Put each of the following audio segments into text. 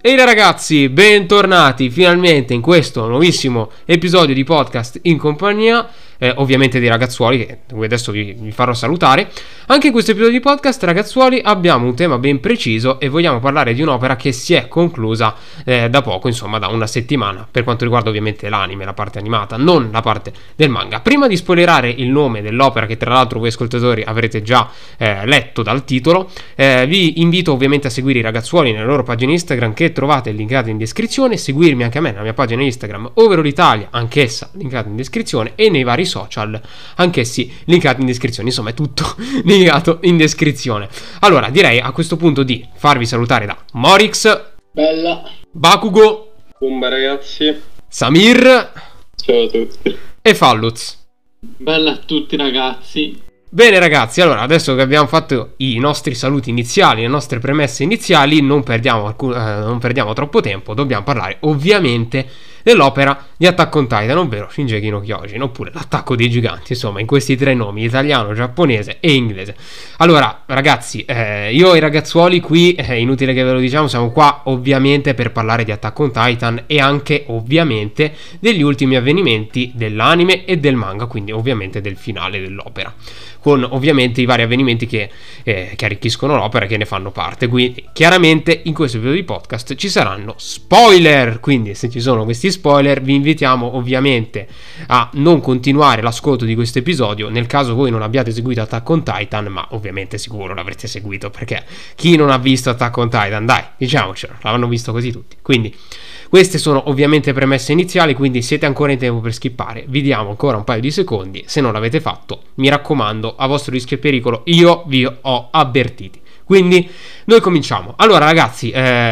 Ehi ragazzi, bentornati finalmente in questo nuovissimo episodio di podcast in compagnia ovviamente dei ragazzuoli che adesso vi farò salutare. Anche in questo episodio di podcast, ragazzuoli, abbiamo un tema ben preciso e vogliamo parlare di un'opera che si è conclusa da poco, insomma da una settimana, per quanto riguarda ovviamente l'anime, la parte animata, non la parte del manga. Prima di spoilerare il nome dell'opera, che tra l'altro voi ascoltatori avrete già letto dal titolo, vi invito ovviamente a seguire i ragazzuoli nelle loro pagine Instagram che trovate linkate in descrizione, seguirmi anche a me nella mia pagina Instagram Overall Italia, anch'essa linkata in descrizione, e nei vari social anch'essi linkati in descrizione. Insomma è tutto linkato in descrizione. Allora direi a questo punto di farvi salutare da Morix, bella, Bakugo, bomba ragazzi, Samir, ciao a tutti e Falluz. Bella a tutti ragazzi. Bene ragazzi, allora adesso che abbiamo fatto i nostri saluti iniziali, le nostre premesse iniziali, non perdiamo troppo tempo, dobbiamo parlare ovviamente dell'opera di Attack on Titan, ovvero Shingeki no Kyojin, oppure l'attacco dei giganti, insomma in questi tre nomi, italiano, giapponese e inglese. Allora ragazzi, io e i ragazzuoli qui, inutile che ve lo diciamo, siamo qua ovviamente per parlare di Attack on Titan e anche ovviamente degli ultimi avvenimenti dell'anime e del manga, quindi ovviamente del finale dell'opera, con ovviamente i vari avvenimenti che arricchiscono l'opera e che ne fanno parte. Quindi chiaramente in questo episodio di podcast ci saranno spoiler, quindi se ci sono questi spoiler vi invitiamo ovviamente a non continuare l'ascolto di questo episodio nel caso voi non abbiate seguito Attack on Titan, ma ovviamente sicuro l'avrete seguito, perché chi non ha visto Attack on Titan, dai, diciamocelo, l'hanno visto quasi tutti. Quindi queste sono ovviamente premesse iniziali, quindi siete ancora in tempo per skippare, vi diamo ancora un paio di secondi, se non l'avete fatto mi raccomando, a vostro rischio e pericolo, io vi ho avvertiti. Quindi noi cominciamo. Allora ragazzi,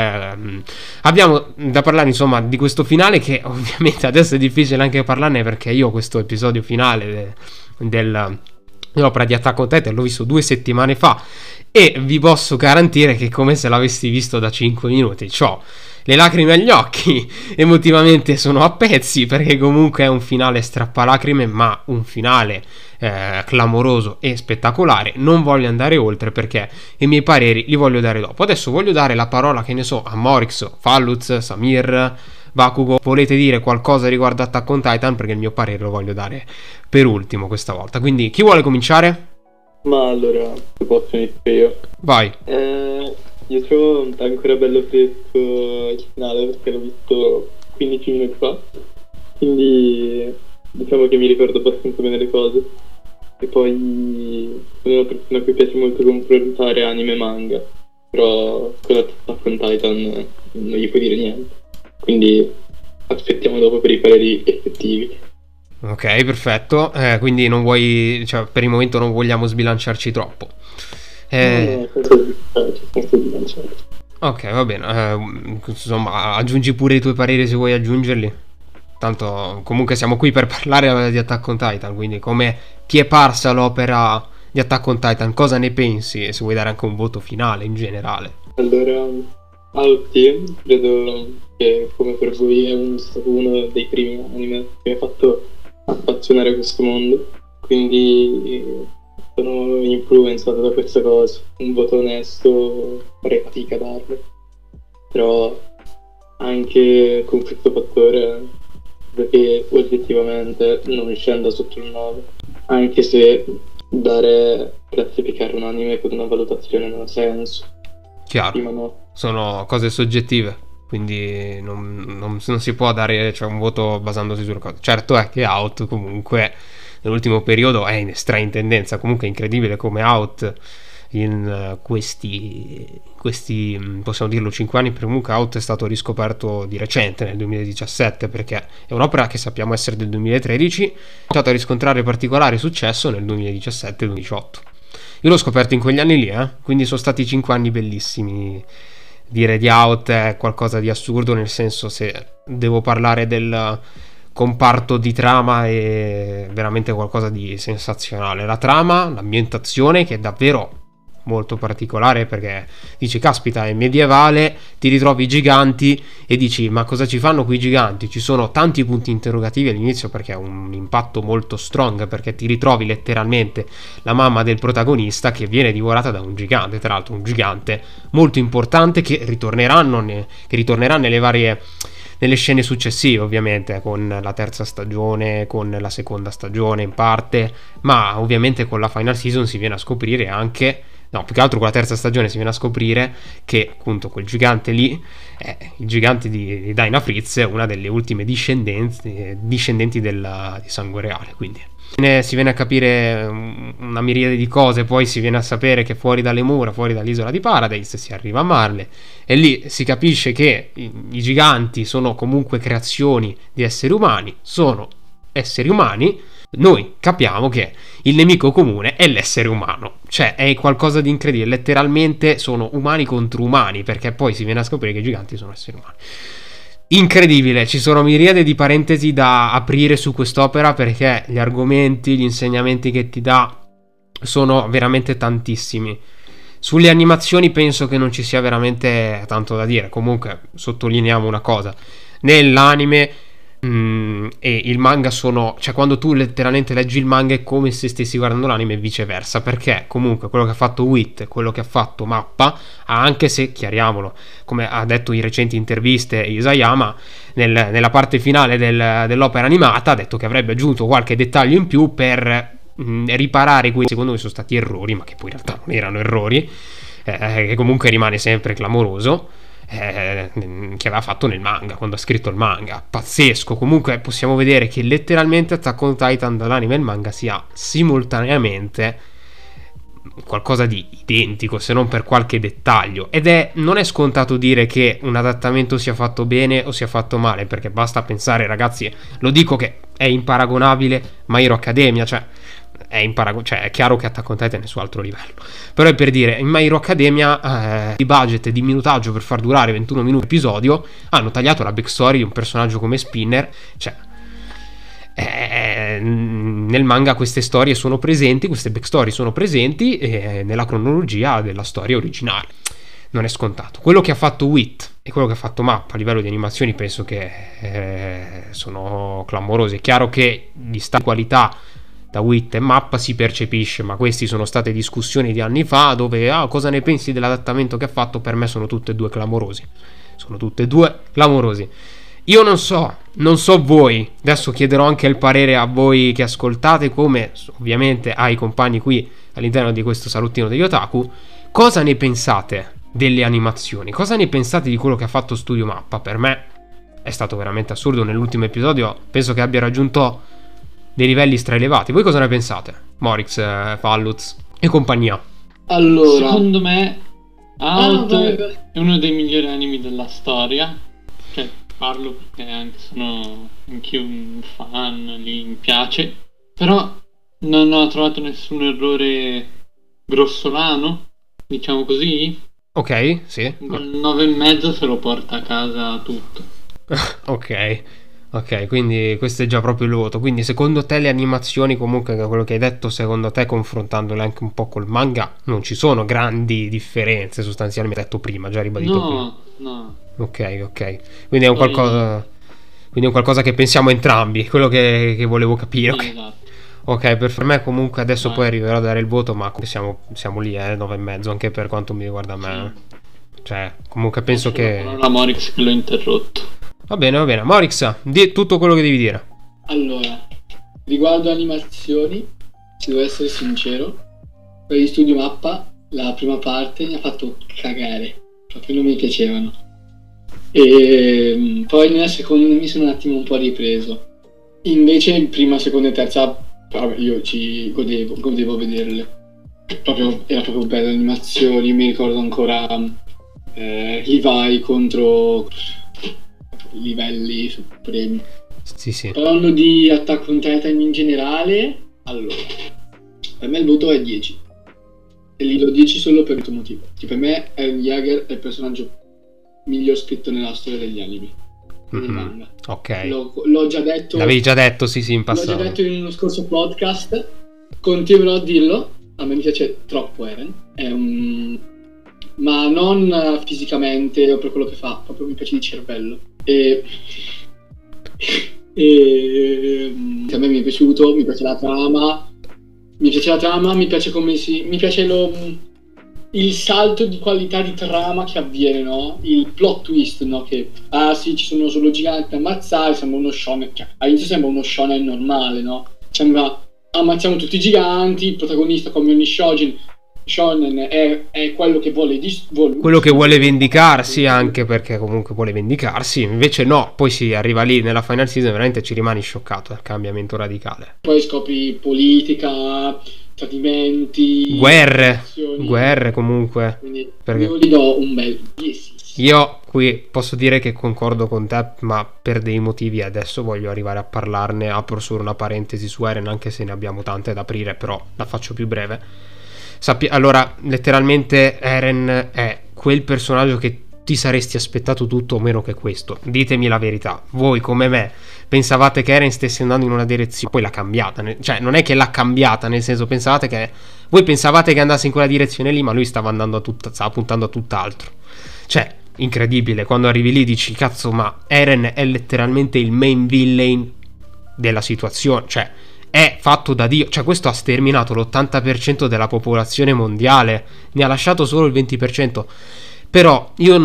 abbiamo da parlare insomma di questo finale, che ovviamente adesso è difficile anche parlarne perché io questo episodio finale dell'opera di Attack on Titan l'ho visto 2 settimane fa e vi posso garantire che è come se l'avessi visto da 5 minuti. C'ho le lacrime agli occhi, emotivamente sono a pezzi, perché comunque è un finale strappalacrime, ma un finale clamoroso e spettacolare. Non voglio andare oltre perché i miei pareri li voglio dare dopo. Adesso voglio dare la parola, che ne so, a Morix, Falluz, Samir, Bakugo. Volete dire qualcosa riguardo Attack on Titan? Perché il mio parere lo voglio dare per ultimo questa volta. Quindi chi vuole cominciare? Ma allora, se posso iniziare io. Vai. Io trovo ancora bello fresco il finale perché l'ho visto 15 minuti fa, quindi diciamo che mi ricordo abbastanza bene le cose. E poi sono una persona a cui piace molto confrontare anime e manga, però con Attack on Titan non gli puoi dire niente, quindi aspettiamo dopo per i pareri effettivi. Ok, perfetto, quindi non vuoi, cioè per il momento non vogliamo sbilanciarci troppo. Ok, va bene, insomma aggiungi pure i tuoi pareri se vuoi aggiungerli, tanto comunque siamo qui per parlare di Attack on Titan, quindi come ti è parsa l'opera di Attack on Titan, cosa ne pensi e se vuoi dare anche un voto finale in generale. Allora, Out credo che come per voi è stato uno dei primi anime che mi ha fatto appassionare a questo mondo, quindi sono influenzato da questa cosa. Un voto onesto farei fatica a darlo, però anche con questo fattore perché oggettivamente non scenda sotto il 9, anche se classificare un anime con una valutazione non ha senso. Chiaro, no. Sono cose soggettive, quindi non si può dare, cioè, un voto basandosi sulle cose. Certo è che Out comunque nell'ultimo periodo è in tendenza, comunque è incredibile come Out in questi possiamo dirlo 5 anni, perché comunque Out è stato riscoperto di recente nel 2017, perché è un'opera che sappiamo essere del 2013, è stato a riscontrare particolare successo nel 2017-2018. Io l'ho scoperto in quegli anni lì, quindi sono stati 5 anni bellissimi. Dire di Out è qualcosa di assurdo, nel senso, se devo parlare del comparto di trama, è veramente qualcosa di sensazionale. La trama, l'ambientazione che è davvero molto particolare, perché dici caspita, è medievale, ti ritrovi i giganti e dici ma cosa ci fanno quei giganti? Ci sono tanti punti interrogativi all'inizio, perché è un impatto molto strong, perché ti ritrovi letteralmente la mamma del protagonista che viene divorata da un gigante, tra l'altro un gigante molto importante che ritornerà nelle scene successive, ovviamente con la terza stagione, con la seconda stagione in parte, ma ovviamente con la final season si viene a scoprire anche, no, più che altro con la terza stagione si viene a scoprire che appunto quel gigante lì è il gigante di Dinah Fritz, una delle ultime discendenti di sangue reale, quindi si viene a capire una miriade di cose. Poi si viene a sapere che fuori dalle mura, fuori dall'isola di Paradise, si arriva a Marley e lì si capisce che i giganti sono comunque creazioni di esseri umani, sono esseri umani. Noi capiamo che il nemico comune è l'essere umano, cioè è qualcosa di incredibile, letteralmente sono umani contro umani, perché poi si viene a scoprire che i giganti sono esseri umani. Incredibile, ci sono miriade di parentesi da aprire su quest'opera, perché gli argomenti, gli insegnamenti che ti dà sono veramente tantissimi. Sulle animazioni penso che non ci sia veramente tanto da dire. Comunque sottolineiamo una cosa: nell'anime e il manga sono, cioè quando tu letteralmente leggi il manga è come se stessi guardando l'anime e viceversa, perché comunque quello che ha fatto Wit, quello che ha fatto Mappa, anche se, chiariamolo, come ha detto in recenti interviste Isayama, nella parte finale dell'opera animata ha detto che avrebbe aggiunto qualche dettaglio in più per riparare quelli secondo me sono stati errori, ma che poi in realtà non erano errori, che comunque rimane sempre clamoroso, che aveva fatto nel manga, quando ha scritto il manga. Pazzesco. Comunque possiamo vedere che letteralmente Attack on Titan, dall'anime e il manga, sia simultaneamente qualcosa di identico, se non per qualche dettaglio, ed non è scontato dire che un adattamento sia fatto bene o sia fatto male, perché basta pensare, ragazzi, lo dico che è imparagonabile My Hero Academia, cioè è chiaro che Attack on Titan è su altro livello, però è per dire, in My Hero Academia di budget e di minutaggio per far durare 21 minuti episodio hanno tagliato la backstory di un personaggio come Spinner, cioè nel manga queste storie sono presenti, queste backstory sono presenti nella cronologia della storia originale. Non è scontato. Quello che ha fatto Wit e quello che ha fatto Mappa a livello di animazioni penso che sono clamorosi. È chiaro che gli sta qualità da Wit e Mappa si percepisce, ma questi sono state discussioni di anni fa dove cosa ne pensi dell'adattamento che ha fatto. Per me sono tutte e due clamorosi, io non so voi, adesso chiederò anche il parere a voi che ascoltate, come ovviamente ai compagni qui all'interno di questo salottino degli otaku, cosa ne pensate delle animazioni, cosa ne pensate di quello che ha fatto Studio Mappa. Per me è stato veramente assurdo, nell'ultimo episodio penso che abbia raggiunto dei livelli straelevati. Voi cosa ne pensate? Morix, Falluz e compagnia. Allora, secondo me è uno dei migliori anime della storia, cioè parlo perché sono anch'io un fan, mi piace, però non ho trovato nessun errore grossolano, diciamo così. Ok, sì. Il 9,5 se lo porta a casa tutto. Ok, quindi questo è già proprio il voto. Quindi secondo te le animazioni, comunque quello che hai detto, secondo te confrontandole anche un po' col manga, non ci sono grandi differenze sostanzialmente, detto prima, già ribadito prima. No. Ok. Quindi è un qualcosa che pensiamo entrambi, quello che volevo capire. Sì, okay. esatto. Ok, per me comunque adesso poi arriverò a dare il voto, ma siamo lì, 9,5, anche per quanto mi riguarda a me. Sì. Cioè, comunque penso che... La Morix che l'ho interrotto. Va bene. Morix, di tutto quello che devi dire. Allora, riguardo animazioni, se devo essere sincero, per gli Studio Mappa, la prima parte mi ha fatto cagare, proprio non mi piacevano. E poi nella seconda mi sono un attimo un po' ripreso. Invece in prima, seconda e terza, io ci godevo a vederle. Era proprio belle animazioni, mi ricordo ancora Levi contro livelli supremi. Sì. Parlando di Attack on Titan in generale, allora, per me il voto è 10. E lì lo 10 solo per questo motivo. Che per me Eren Yeager è il personaggio miglior scritto nella storia degli anime. Manga. Ok. L'ho già detto. L'avevi già detto, sì, in passato. L'ho già detto in uno scorso podcast. Continuerò a dirlo. a me mi piace troppo Eren, ma non fisicamente o per quello che fa, proprio mi piace di cervello. A me mi è piaciuto, mi piace la trama, mi piace mi piace il salto di qualità di trama che avviene, no? Il plot twist, no? Che sì, ci sono solo giganti da ammazzare, sembra uno shonen, cioè, all'inizio sembra uno shonen normale, no? Sembra ammazziamo tutti i giganti, il protagonista come ogni shonen è quello che vuole quello che vuole vendicarsi, anche perché comunque vuole vendicarsi, invece no, poi si arriva lì nella final season veramente ci rimani scioccato dal cambiamento radicale. Poi scopri politica, tradimenti, guerre comunque. Quindi perché io gli do un bel 10. Io qui posso dire che concordo con te, ma per dei motivi adesso voglio arrivare a parlarne. Apro solo una parentesi su Eren, anche se ne abbiamo tante da aprire, però la faccio più breve. Allora, letteralmente Eren è quel personaggio che ti saresti aspettato tutto o meno che questo. Ditemi la verità, voi come me pensavate che Eren stesse andando in una direzione, poi l'ha cambiata, cioè non è che l'ha cambiata, nel senso voi pensavate che andasse in quella direzione lì, ma lui stava puntando a tutt'altro. Cioè, incredibile, quando arrivi lì dici cazzo, ma Eren è letteralmente il main villain della situazione, cioè è fatto da Dio, cioè questo ha sterminato l'80% della popolazione mondiale, ne ha lasciato solo il 20%. Però io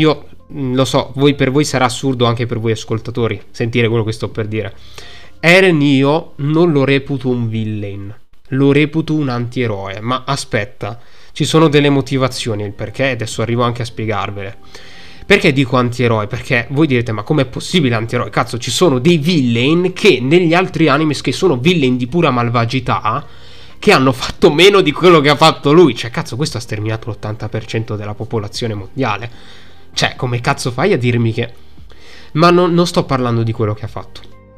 lo so, per voi sarà assurdo, anche per voi ascoltatori, sentire quello che sto per dire. Eren io non lo reputo un villain, lo reputo un antieroe. Ma aspetta, ci sono delle motivazioni, il perché, adesso arrivo anche a spiegarvele. Perché dico antieroe? Perché voi direte, ma com'è possibile antieroe? Cazzo, ci sono dei villain che negli altri anime, che sono villain di pura malvagità, che hanno fatto meno di quello che ha fatto lui. Cioè, cazzo, questo ha sterminato l'80% della popolazione mondiale. Cioè, come cazzo fai a dirmi che... Ma non sto parlando di quello che ha fatto.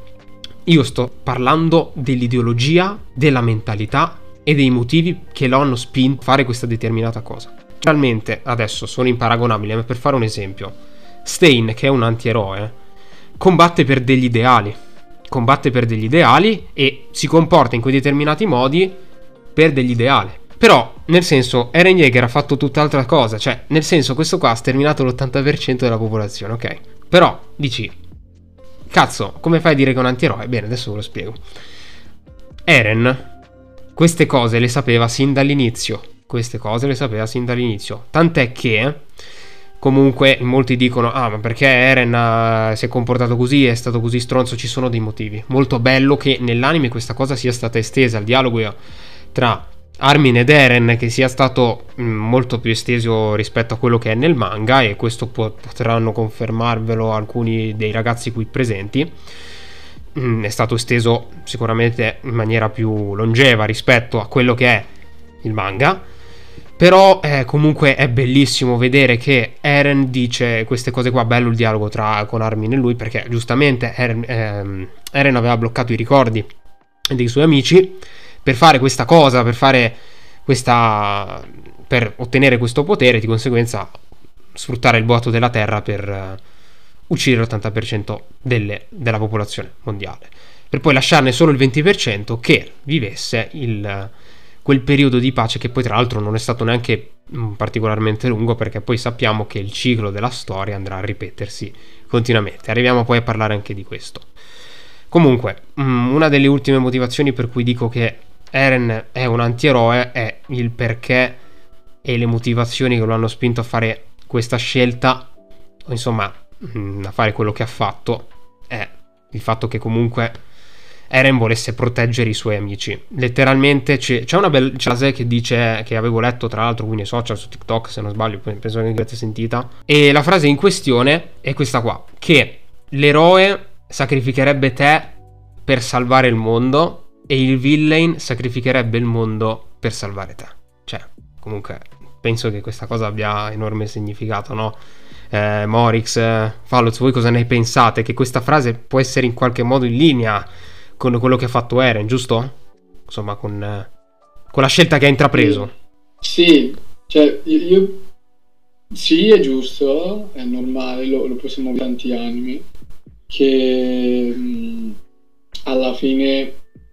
Io sto parlando dell'ideologia, della mentalità e dei motivi che lo hanno spinto a fare questa determinata cosa. Realmente, adesso sono imparagonabili, ma per fare un esempio, Stein, che è un antieroe, combatte per degli ideali e si comporta in quei determinati modi per degli ideali. Però, nel senso, Eren Yeager ha fatto tutt'altra cosa, cioè, nel senso, questo qua ha sterminato l'80% della popolazione, ok? Però, dici, cazzo, come fai a dire che è un antieroe? Bene, adesso ve lo spiego. Eren queste cose le sapeva sin dall'inizio, tant'è che comunque molti dicono ma perché Eren si è comportato così, è stato così stronzo. Ci sono dei motivi. Molto bello che nell'anime questa cosa sia stata estesa, il dialogo tra Armin ed Eren che sia stato molto più esteso rispetto a quello che è nel manga, e questo potranno confermarvelo alcuni dei ragazzi qui presenti. È stato esteso sicuramente in maniera più longeva rispetto a quello che è il manga. Però comunque è bellissimo vedere che Eren dice queste cose qua. Bello il dialogo con Armin e lui, perché giustamente Eren aveva bloccato i ricordi dei suoi amici per fare questa cosa, per ottenere questo potere, di conseguenza sfruttare il boato della terra per uccidere l'80% della popolazione mondiale, per poi lasciarne solo il 20% che vivesse quel periodo di pace, che poi tra l'altro non è stato neanche particolarmente lungo, perché poi sappiamo che il ciclo della storia andrà a ripetersi continuamente. Arriviamo poi a parlare anche di questo. Comunque, una delle ultime motivazioni per cui dico che Eren è un antieroe è il perché e le motivazioni che lo hanno spinto a fare questa scelta, o insomma a fare quello che ha fatto, è il fatto che comunque Eren volesse proteggere i suoi amici. Letteralmente c'è una bella frase che dice, che avevo letto tra l'altro qui nei social, su TikTok se non sbaglio, penso che l'avete sentita, e la frase in questione è questa qua: che l'eroe sacrificherebbe te per salvare il mondo e il villain sacrificherebbe il mondo per salvare te. Cioè, comunque penso che questa cosa abbia enorme significato, no? Morix, Falloz, voi cosa ne pensate? Che questa frase può essere in qualche modo in linea con quello che ha fatto Eren, giusto? Insomma, con la scelta che ha intrapreso. Sì, cioè io sì, è giusto, è normale, lo possiamo vedere tanti anime che alla fine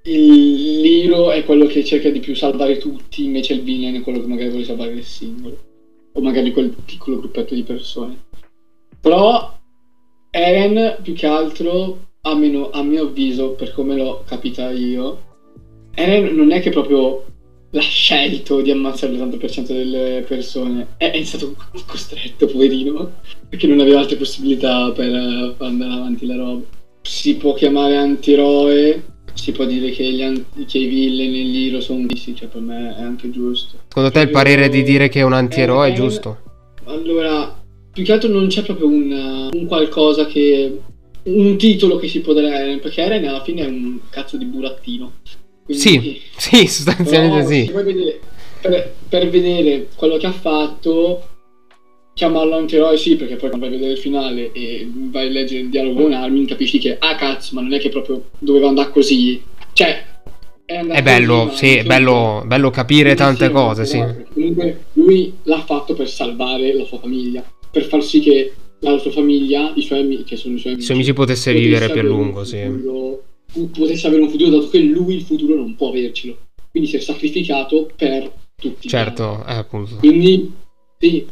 l'Hiro è quello che cerca di più salvare tutti, invece il villain è quello che magari vuole salvare il singolo, o magari quel piccolo gruppetto di persone. Però Eren, più che altro, a mio avviso, per come l'ho capita io, Eren non è che proprio l'ha scelto di ammazzare l'80% delle persone, è stato costretto, poverino, perché non aveva altre possibilità per far andare avanti la roba. Si può chiamare antieroe, si può dire che i villain e l'Hiro sono visti, cioè per me è anche giusto. Secondo te il parere di dire che è un antieroe è giusto? Allora, più che altro non c'è proprio un qualcosa che... un titolo che si può dare a Eren, perché Eren alla fine è un cazzo di burattino. Quindi, sì, sostanzialmente sì. Vedere, per vedere quello che ha fatto, chiamarlo antieroe sì, perché poi quando vai a vedere il finale e vai a leggere il dialogo con Armin capisci che cazzo, ma non è che proprio doveva andare così, cioè è bello, così, sì, è bello capire tante cose, sì. Comunque lui l'ha fatto per salvare la sua famiglia, per far sì che la sua famiglia, i suoi amici potesse vivere più a lungo, sì. Potesse avere un futuro, dato che lui il futuro non può avercelo, quindi si è sacrificato per tutti. Certo, appunto. Quindi sì,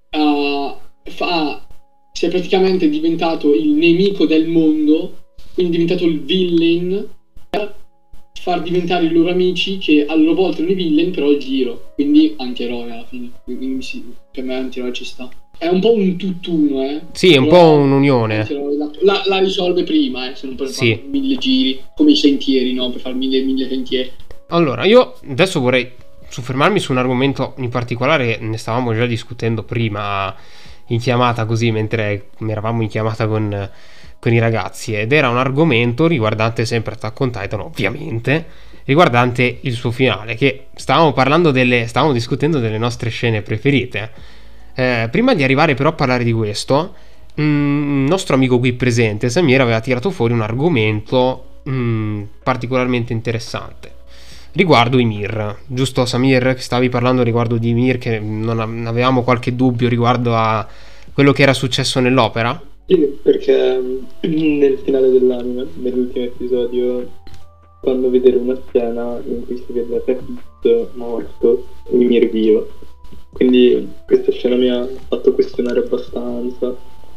si è praticamente diventato il nemico del mondo, quindi è diventato il villain per far diventare i loro amici, che a loro volta erano i villain, però il giro, quindi antieroe alla fine. Quindi sì, per me antieroe ci sta. È un po' un tutt'uno, Sì, è un po' un'unione. La risolve prima, se non per fare 1000 giri, come i sentieri, no? Per fare 1000 sentieri. Allora, io adesso vorrei soffermarmi su un argomento in particolare, ne stavamo già discutendo prima in chiamata, così, mentre eravamo in chiamata con i ragazzi, ed era un argomento riguardante sempre Attack on Titan, ovviamente, riguardante il suo finale, che stavamo discutendo delle nostre scene preferite. Prima di arrivare però a parlare di questo, il nostro amico qui presente, Samir, aveva tirato fuori un argomento particolarmente interessante riguardo Ymir, giusto Samir? Che stavi parlando riguardo di Ymir, che non avevamo qualche dubbio riguardo a quello che era successo nell'opera? Sì, perché nel finale dell'anime, nell'ultimo episodio, fanno vedere una scena in cui si vede Refritz morto e Ymir vivo. Quindi questa scena mi ha fatto questionare abbastanza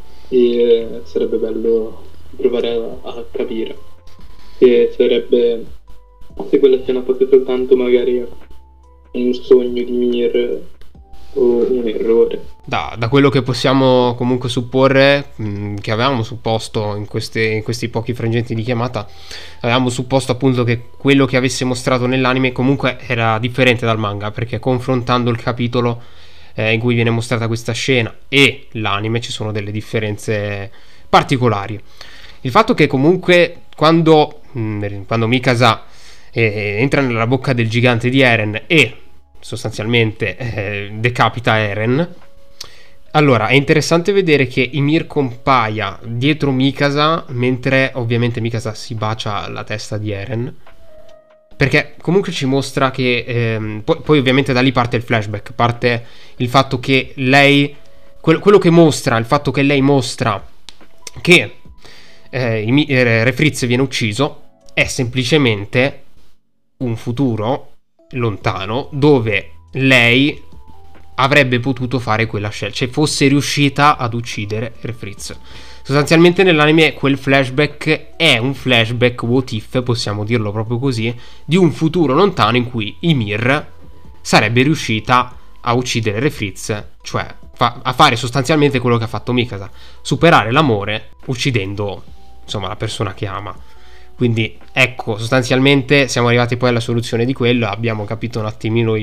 e sarebbe bello provare a capire che sarebbe, se quella scena fosse soltanto magari un sogno di Ymir o un errore. Da quello che possiamo comunque supporre, che avevamo supposto in questi pochi frangenti di chiamata, avevamo supposto appunto che quello che avesse mostrato nell'anime comunque era differente dal manga, perché confrontando il capitolo in cui viene mostrata questa scena e l'anime ci sono delle differenze particolari. Il fatto che comunque quando Mikasa entra nella bocca del gigante di Eren e sostanzialmente decapita Eren, allora è interessante vedere che Ymir compaia dietro Mikasa, mentre ovviamente Mikasa si bacia la testa di Eren, perché comunque ci mostra che poi ovviamente da lì parte il flashback, parte il fatto che lei quello che mostra, il fatto che lei mostra che Refritz viene ucciso è semplicemente un futuro lontano dove lei avrebbe potuto fare quella scelta, cioè fosse riuscita ad uccidere Refritz. Sostanzialmente nell'anime quel flashback è un flashback what if, possiamo dirlo proprio così, di un futuro lontano in cui Ymir sarebbe riuscita a uccidere Refritz, cioè a fare sostanzialmente quello che ha fatto Mikasa, superare l'amore uccidendo insomma la persona che ama. Quindi ecco, sostanzialmente siamo arrivati poi alla soluzione di quello, abbiamo capito un attimino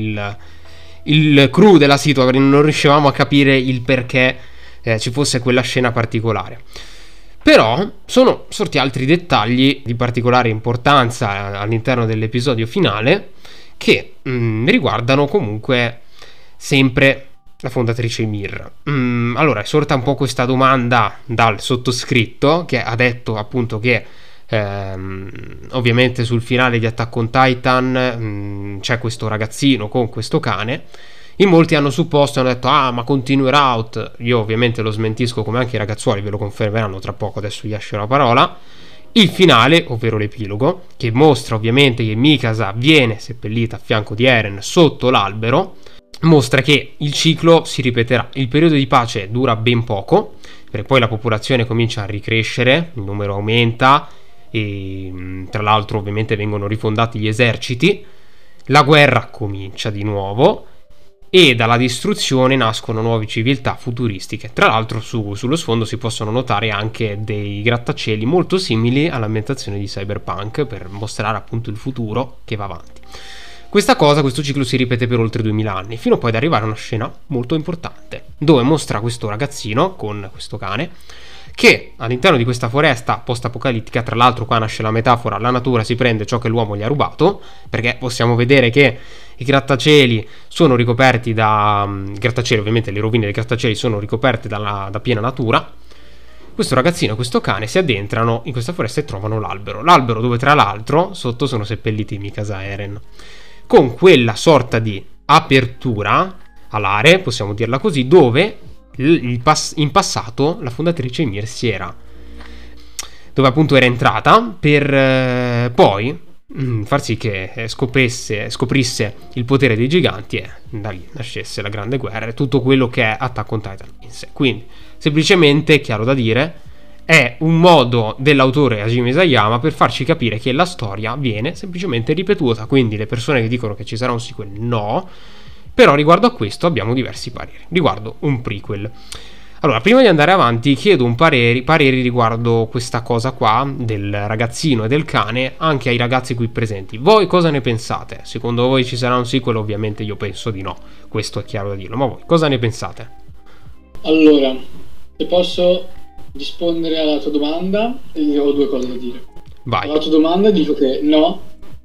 il clou della situazione, non riuscivamo a capire il perché ci fosse quella scena particolare. Però sono sorti altri dettagli di particolare importanza all'interno dell'episodio finale che riguardano comunque sempre la fondatrice Ymir. Allora è sorta un po' questa domanda dal sottoscritto, che ha detto appunto che ovviamente sul finale di Attack on Titan c'è questo ragazzino con questo cane. In molti hanno supposto, hanno detto ma continuerà Out. Io ovviamente lo smentisco, come anche i ragazzuoli ve lo confermeranno tra poco, adesso gli lascio la parola. Il finale, ovvero l'epilogo, che mostra ovviamente che Mikasa viene seppellita a fianco di Eren sotto l'albero, mostra che il ciclo si ripeterà. Il periodo di pace dura ben poco, perché poi la popolazione comincia a ricrescere, il numero aumenta e tra l'altro ovviamente vengono rifondati gli eserciti, la guerra comincia di nuovo e dalla distruzione nascono nuove civiltà futuristiche. Tra l'altro sullo sfondo si possono notare anche dei grattacieli molto simili all'ambientazione di Cyberpunk, per mostrare appunto il futuro che va avanti. Questo ciclo si ripete per oltre 2000 anni, fino poi ad arrivare a una scena molto importante, dove mostra questo ragazzino con questo cane che all'interno di questa foresta post-apocalittica, tra l'altro qua nasce la metafora, la natura si prende ciò che l'uomo gli ha rubato, perché possiamo vedere che i grattacieli sono ricoperti ovviamente le rovine dei grattacieli sono ricoperte da piena natura. Questo ragazzino e questo cane si addentrano in questa foresta e trovano l'albero dove tra l'altro sotto sono seppelliti Mikasa e Eren, con quella sorta di apertura alare, possiamo dirla così, dove in passato la fondatrice Ymir dove appunto era entrata per poi far sì che scoprisse il potere dei giganti e da lì nascesse la grande guerra e tutto quello che è Attack on Titan in sé. Quindi semplicemente, chiaro da dire, è un modo dell'autore Hajime Isayama per farci capire che la storia viene semplicemente ripetuta. Quindi le persone che dicono che ci sarà un sequel, no. Però riguardo a questo abbiamo diversi pareri riguardo un prequel. Allora, prima di andare avanti chiedo un pareri riguardo questa cosa qua del ragazzino e del cane anche ai ragazzi qui presenti. Voi cosa ne pensate? Secondo voi ci sarà un sequel? Ovviamente io penso di no, questo è chiaro da dirlo, ma voi cosa ne pensate? Allora, se posso rispondere alla tua domanda, ho due cose da dire. Vai. Alla tua domanda dico che no,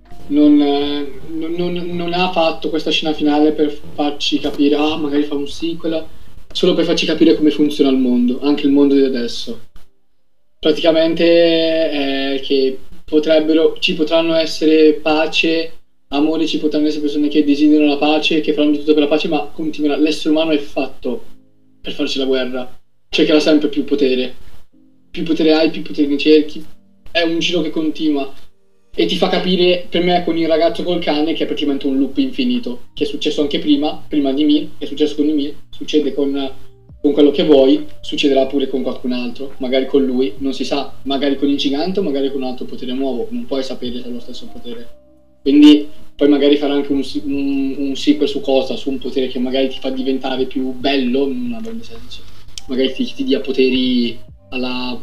non ha fatto questa scena finale per farci capire, magari fa un sequel, solo per farci capire come funziona il mondo, anche il mondo di adesso. Praticamente è che ci potranno essere pace, amore, ci potranno essere persone che desiderano la pace, che faranno di tutto per la pace, ma continuerà. L'essere umano è fatto per farci la guerra, cercherà sempre più potere. Più potere hai, più potere ne cerchi. È un giro che continua. E ti fa capire, per me, con il ragazzo col cane, che è praticamente un loop infinito, che è successo anche prima di Ymir, è successo con Ymir, succede con quello che vuoi, succederà pure con qualcun altro, magari con lui, non si sa, magari con il gigante o magari con un altro potere nuovo, non puoi sapere se è lo stesso potere. Quindi poi magari farà anche un sequel su cosa, su un potere che magari ti fa diventare più bello, non avrebbe senso. Magari ti dia poteri alla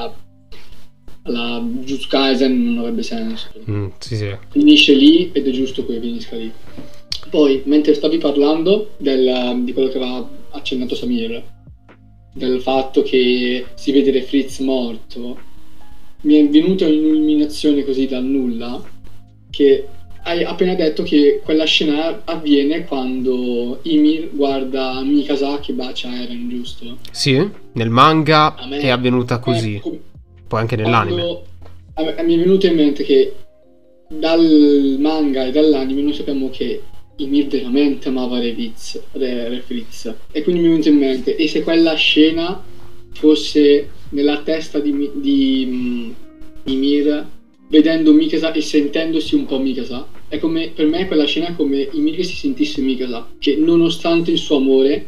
Jujutsu Kaisen, non avrebbe senso. Sì. Finisce lì ed è giusto che finisca lì. Poi, mentre stavi parlando di quello che aveva accennato Samir, del fatto che si vede Fritz morto, mi è venuta un'illuminazione così dal nulla, che hai appena detto che quella scena avviene quando Ymir guarda Mikasa che bacia Eren, giusto? Sì, nel manga è avvenuta così. Poi anche nell'anime. Mi è venuto in mente che dal manga e dall'anime noi sappiamo che Ymir veramente amava Re Fritz. E quindi mi è venuto in mente, e se quella scena fosse nella testa di Ymir, vedendo Mikasa e sentendosi un po' Mikasa, è come, per me quella scena è come Ymir che si sentisse Mikasa, che nonostante il suo amore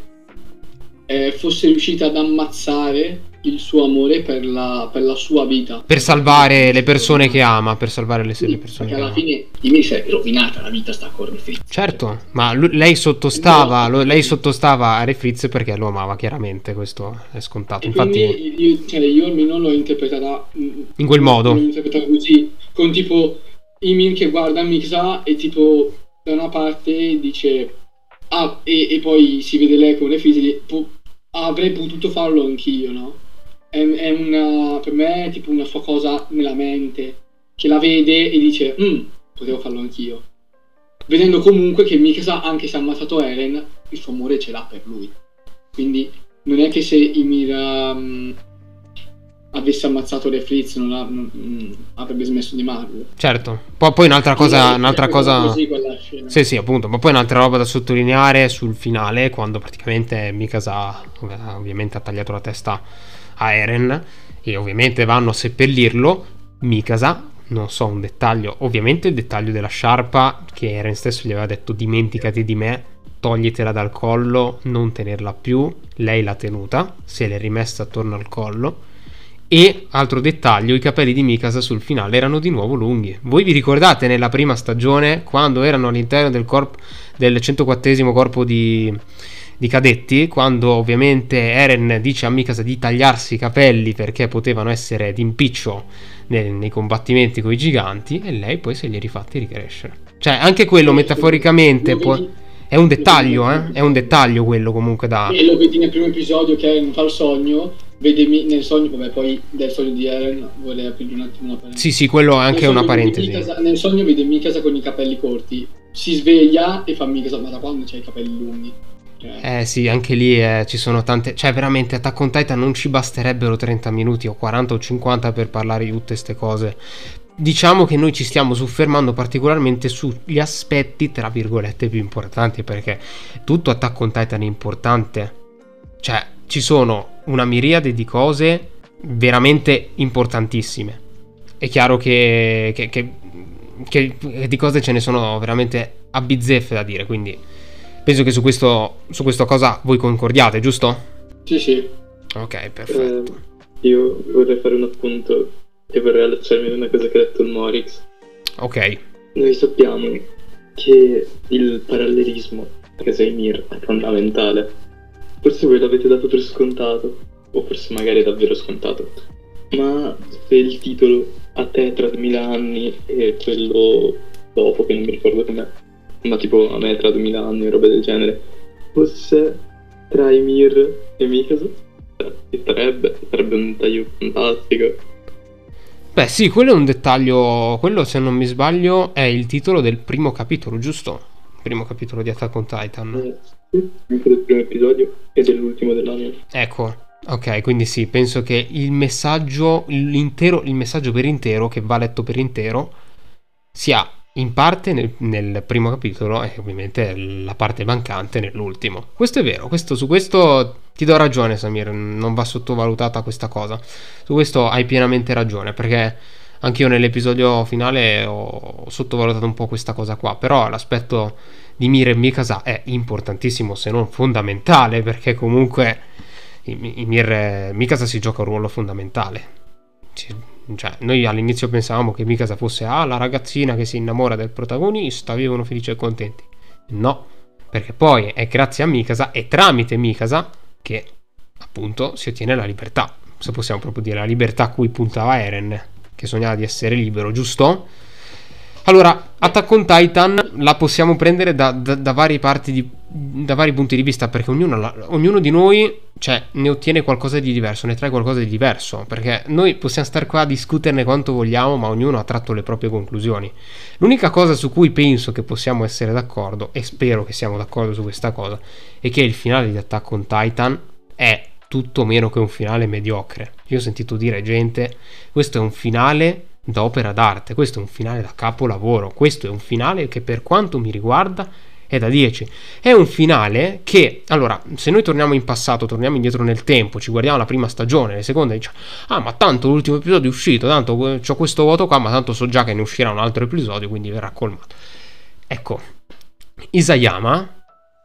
fosse riuscita ad ammazzare il suo amore per la sua vita, per salvare le persone che ama, per salvare le persone perché che alla ama. fine Ymir si è rovinata la vita, sta con Re Fritz. Certo, ma lei sottostava a Re Fritz perché lo amava, chiaramente, questo è scontato. E infatti io almeno l'ho interpretata in quel modo, l'ho interpretata così, con tipo Ymir che guarda Mikasa e tipo da una parte dice e poi si vede lei con Re Fritz, avrei potuto farlo anch'io, no? È per me è tipo una sua cosa nella mente, che la vede e dice potevo farlo anch'io, vedendo comunque che Mikasa, anche se ha ammazzato Eren, il suo amore ce l'ha per lui. Quindi non è che se Ymir avesse ammazzato Re Fritz non avrebbe smesso di amarlo. certo. Poi un'altra cosa così quella scena. sì, appunto. Ma poi un'altra roba da sottolineare sul finale, quando praticamente Mikasa ovviamente ha tagliato la testa a Eren e ovviamente vanno a seppellirlo, Mikasa, non so, un dettaglio, ovviamente il dettaglio della sciarpa, che Eren stesso gli aveva detto dimenticati di me, toglitela dal collo, non tenerla più, lei l'ha tenuta, se l'è rimessa attorno al collo. E altro dettaglio, i capelli di Mikasa sul finale erano di nuovo lunghi. Voi vi ricordate nella prima stagione, quando erano all'interno del 104esimo corpo di cadetti, quando ovviamente Eren dice a Mikasa di tagliarsi i capelli perché potevano essere d'impiccio nei combattimenti con i giganti, e lei poi se li è rifatti ricrescere. Cioè anche quello metaforicamente è un dettaglio, è un dettaglio quello comunque da... E lo vedi nel primo episodio che Eren fa il sogno, vede nel sogno, vabbè, poi del sogno di Eren vorrei aprire un attimo una parentesi. Sì, quello è anche una parentesi. Nel sogno vede Mikasa con i capelli corti, si sveglia e fa Mikasa, ma da quando c'hai i capelli lunghi? Sì, anche lì ci sono tante... Cioè veramente Attack on Titan non ci basterebbero 30 minuti o 40 o 50 per parlare di tutte queste cose. Diciamo che noi ci stiamo soffermando particolarmente sugli aspetti tra virgolette più importanti, perché tutto Attack on Titan è importante. Cioè ci sono una miriade di cose veramente importantissime. È chiaro che di cose ce ne sono veramente a bizzeffe da dire, quindi penso che su questa cosa voi concordiate, giusto? Sì. Ok, perfetto. Io vorrei fare un appunto e vorrei allacciarmi ad una cosa che ha detto il Morix. Ok. Noi sappiamo che il parallelismo che sei Ymir è fondamentale. Forse voi l'avete dato per scontato, o forse magari è davvero scontato. Ma se il titolo a te tra 2000 anni e quello dopo, che non mi ricordo com'è, ma tipo a me tra 2000 anni o roba del genere, fosse tra Ymir e Mikasa, sarebbe un taglio fantastico. Beh sì, quello è un dettaglio. Quello, se non mi sbaglio, è il titolo del primo capitolo, giusto? Il primo capitolo di Attack on Titan. Sì, anche del primo episodio e dell'ultimo dell'anime. Ecco, ok, quindi sì, penso che il messaggio per intero, che va letto per intero, sia in parte nel primo capitolo e ovviamente la parte mancante nell'ultimo. Questo è vero, su questo ti do ragione, Samir, non va sottovalutata questa cosa. Su questo hai pienamente ragione, perché anch'io nell'episodio finale ho sottovalutato un po' questa cosa qua, però l'aspetto di Ymir e Mikasa è importantissimo, se non fondamentale, perché comunque Mikasa si gioca un ruolo fondamentale. Cioè, noi all'inizio pensavamo che Mikasa fosse la ragazzina che si innamora del protagonista, vivono felici e contenti. No, perché poi è grazie a Mikasa e tramite Mikasa che appunto si ottiene la libertà, se possiamo proprio dire la libertà a cui puntava Eren, che sognava di essere libero, giusto? Allora, Attack on Titan la possiamo prendere da varie parti, da vari punti di vista, perché ognuno di noi, cioè, ne ottiene qualcosa di diverso, ne trae qualcosa di diverso, perché noi possiamo stare qua a discuterne quanto vogliamo, ma ognuno ha tratto le proprie conclusioni. L'unica cosa su cui penso che possiamo essere d'accordo, e spero che siamo d'accordo su questa cosa, è che il finale di Attack on Titan è tutto meno che un finale mediocre. Io ho sentito dire gente, questo è un finale da opera d'arte, questo è un finale da capolavoro, questo è un finale che per quanto mi riguarda è da 10. È un finale che, allora, se noi torniamo in passato, torniamo indietro nel tempo, ci guardiamo la prima stagione, le seconde, diciamo, ma tanto l'ultimo episodio è uscito, tanto c'ho questo voto qua, ma tanto so già che ne uscirà un altro episodio, quindi verrà colmato. Ecco, Isayama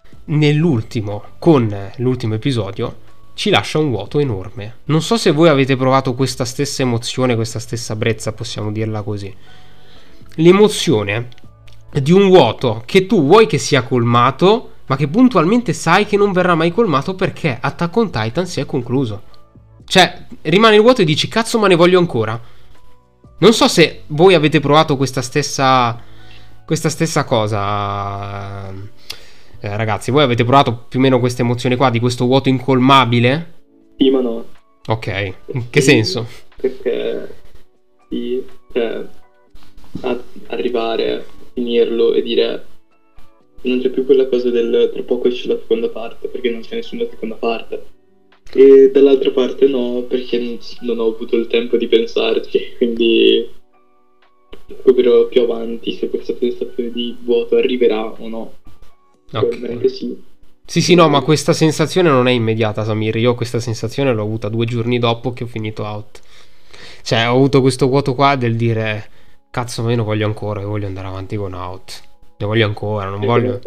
con l'ultimo episodio ci lascia un vuoto enorme. Non so se voi avete provato questa stessa emozione, questa stessa brezza, possiamo dirla così. L'emozione di un vuoto che tu vuoi che sia colmato, ma che puntualmente sai che non verrà mai colmato perché Attack on Titan si è concluso. Cioè, rimane il vuoto e dici, cazzo, ma ne voglio ancora. Non so se voi avete provato questa stessa cosa. Ragazzi, voi avete provato più o meno questa emozione qua di questo vuoto incolmabile? Sì, ma no. Ok, in che senso? Perché sì, cioè, arrivare a finirlo e dire non c'è più quella cosa del tra poco esce la seconda parte, perché non c'è nessuna seconda parte. E dall'altra parte no, perché non ho avuto il tempo di pensarci, quindi scoprirò più avanti se questa sensazione di vuoto arriverà o no. Okay. Sì, no, ma questa sensazione non è immediata, Samir. Io questa sensazione l'ho avuta 2 giorni dopo che ho finito Out. Cioè, ho avuto questo vuoto qua del dire cazzo, ma io ne voglio ancora, io voglio andare avanti con Out, ne voglio ancora, non voglio,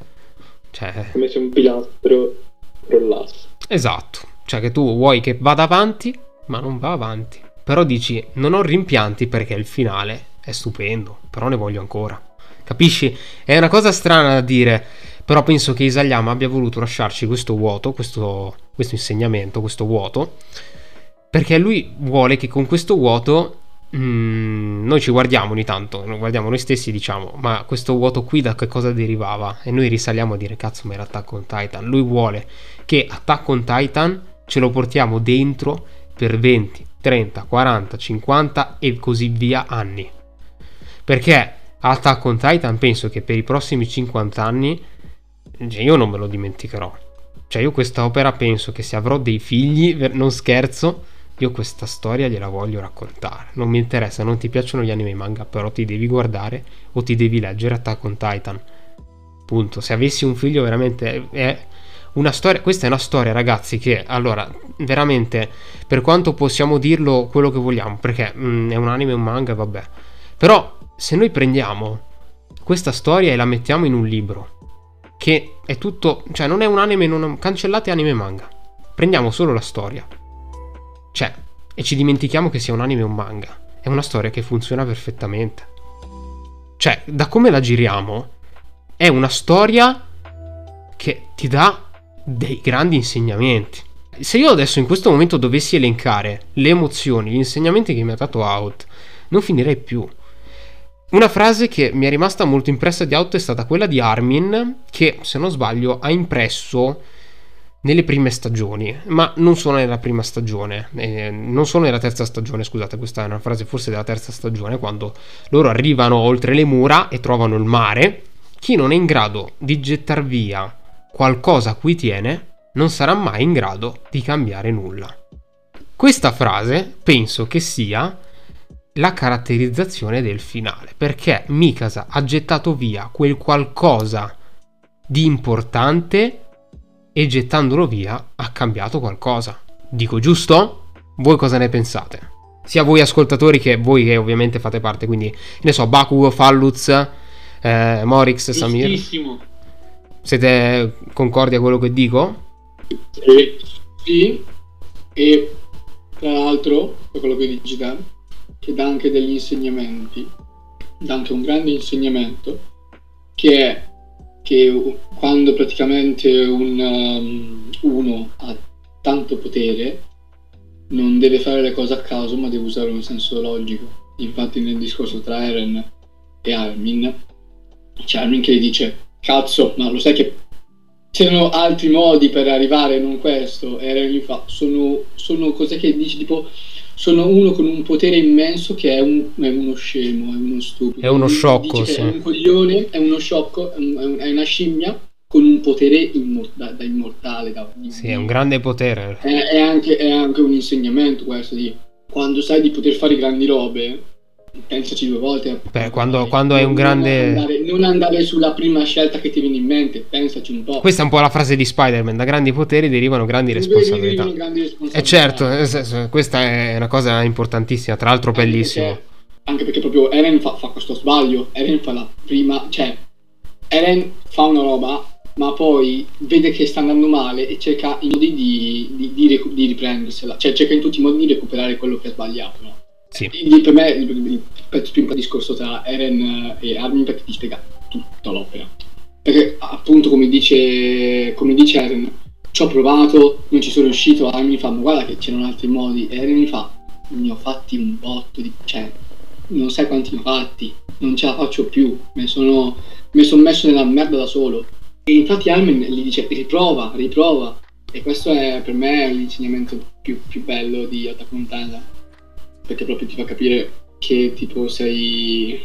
cioè, come se un pilastro crollasse. esatto, cioè che tu vuoi che vada avanti ma non va avanti, però dici non ho rimpianti perché il finale è stupendo, però ne voglio ancora, capisci? È una cosa strana da dire, però penso che Isayama abbia voluto lasciarci questo vuoto, questo insegnamento, questo vuoto, perché lui vuole che con questo vuoto noi ci guardiamo ogni tanto, guardiamo noi stessi e diciamo ma questo vuoto qui da che cosa derivava, e noi risaliamo a dire cazzo, ma era Attack on Titan. Lui vuole che Attack on Titan ce lo portiamo dentro per 20, 30, 40, 50 e così via anni, perché Attack on Titan penso che per i prossimi 50 anni, cioè, io non me lo dimenticherò, cioè io questa opera penso che se avrò dei figli, non scherzo, io questa storia gliela voglio raccontare. Non mi interessa, non ti piacciono gli anime e manga, però ti devi guardare o ti devi leggere Attack on Titan, punto. Se avessi un figlio, veramente è una storia, questa è una storia, ragazzi, che allora veramente, per quanto possiamo dirlo quello che vogliamo, perché è un anime e un manga, vabbè, però se noi prendiamo questa storia e la mettiamo in un libro che è tutto, cioè non è un anime, non cancellate anime e manga, prendiamo solo la storia, cioè, e ci dimentichiamo che sia un anime o un manga, è una storia che funziona perfettamente, cioè da come la giriamo è una storia che ti dà dei grandi insegnamenti. Se io adesso in questo momento dovessi elencare le emozioni, gli insegnamenti che mi ha dato Out, non finirei più. Una frase che mi è rimasta molto impressa di Out è stata quella di Armin, che se non sbaglio ha impresso nelle prime stagioni, ma non solo nella prima stagione, non solo nella terza stagione, scusate, questa è una frase forse della terza stagione, quando loro arrivano oltre le mura e trovano il mare. Chi non è in grado di gettar via qualcosa a cui tiene non sarà mai in grado di cambiare nulla. Questa frase penso che sia la caratterizzazione del finale, perché Mikasa ha gettato via quel qualcosa di importante e gettandolo via ha cambiato qualcosa. Dico giusto? Voi cosa ne pensate? Sia voi ascoltatori che voi che ovviamente fate parte, quindi ne so, Bakugo, Falluz, Morix, Samir. Giustissimo. Siete concordi a quello che dico? Sì, e tra l'altro, per quello che dici te, che dà anche degli insegnamenti, dà anche un grande insegnamento, che è che quando praticamente uno ha tanto potere non deve fare le cose a caso, ma deve usare un senso logico. Infatti nel discorso tra Eren e Armin c'è Armin che gli dice cazzo, ma lo sai che c'erano altri modi per arrivare, non questo. E Eren gli fa sono cose che dici tipo sono uno con un potere immenso che è uno scemo, è uno stupido, è uno sciocco, sì. Sì. È un coglione, è uno sciocco, è una scimmia con un potere da immortale. Sì, è un grande potere. È anche un insegnamento questo di quando sai di poter fare grandi robe, pensaci due volte. Beh, quando è un grande... Non andare sulla prima scelta che ti viene in mente, pensaci un po'. Questa è un po' la frase di Spider-Man, da grandi poteri derivano grandi responsabilità. E certo, questa è una cosa importantissima, tra l'altro bellissima. Anche perché proprio Eren fa questo sbaglio, Eren fa la prima, cioè Eren fa una roba, ma poi vede che sta andando male e cerca i modi di riprendersela, cioè cerca in tutti i modi di recuperare quello che ha sbagliato, no? Sì. Per me il pezzo più importante discorso tra Eren e Armin, perché ti spiega tutta l'opera, perché appunto come dice Eren, ci ho provato, non ci sono riuscito. Armin mi fa ma guarda che c'erano altri modi, e Eren mi fa ne ho fatti un botto cioè non sai quanti ne ho fatti, non ce la faccio più, mi sono messo nella merda da solo. E infatti Armin gli dice riprova, e questo è per me l'insegnamento più bello di Attack on Titan, perché proprio ti fa capire che tipo sei,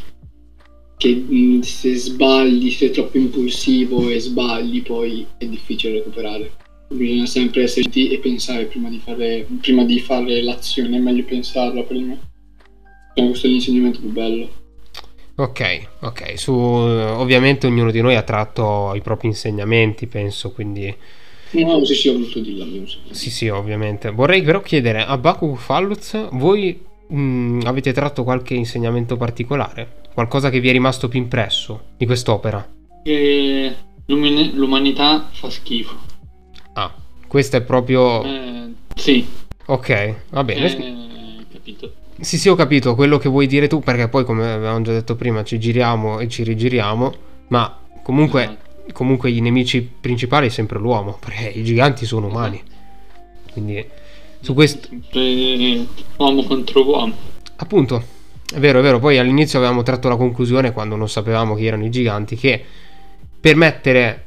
che se sbagli, sei troppo impulsivo e sbagli poi è difficile recuperare. Bisogna sempre esserti e pensare prima di fare l'azione, è meglio pensarla prima. Questo è l'insegnamento più bello. Ok, ovviamente ognuno di noi ha tratto i propri insegnamenti, penso, quindi... No, sì, ho voluto dirla. Sì, ovviamente. Vorrei però chiedere a Bakugo, Falluz, voi avete tratto qualche insegnamento particolare? Qualcosa che vi è rimasto più impresso di quest'opera? Che l'umanità fa schifo. Ah, questo è proprio... Sì. Ok, va bene. Capito. Sì, ho capito quello che vuoi dire tu, perché poi, come avevamo già detto prima, ci giriamo e ci rigiriamo, ma comunque i nemici principali è sempre l'uomo, perché i giganti sono umani. Quindi su questo... Sempre uomo contro uomo. Appunto, è vero, poi all'inizio avevamo tratto la conclusione, quando non sapevamo chi erano i giganti, che per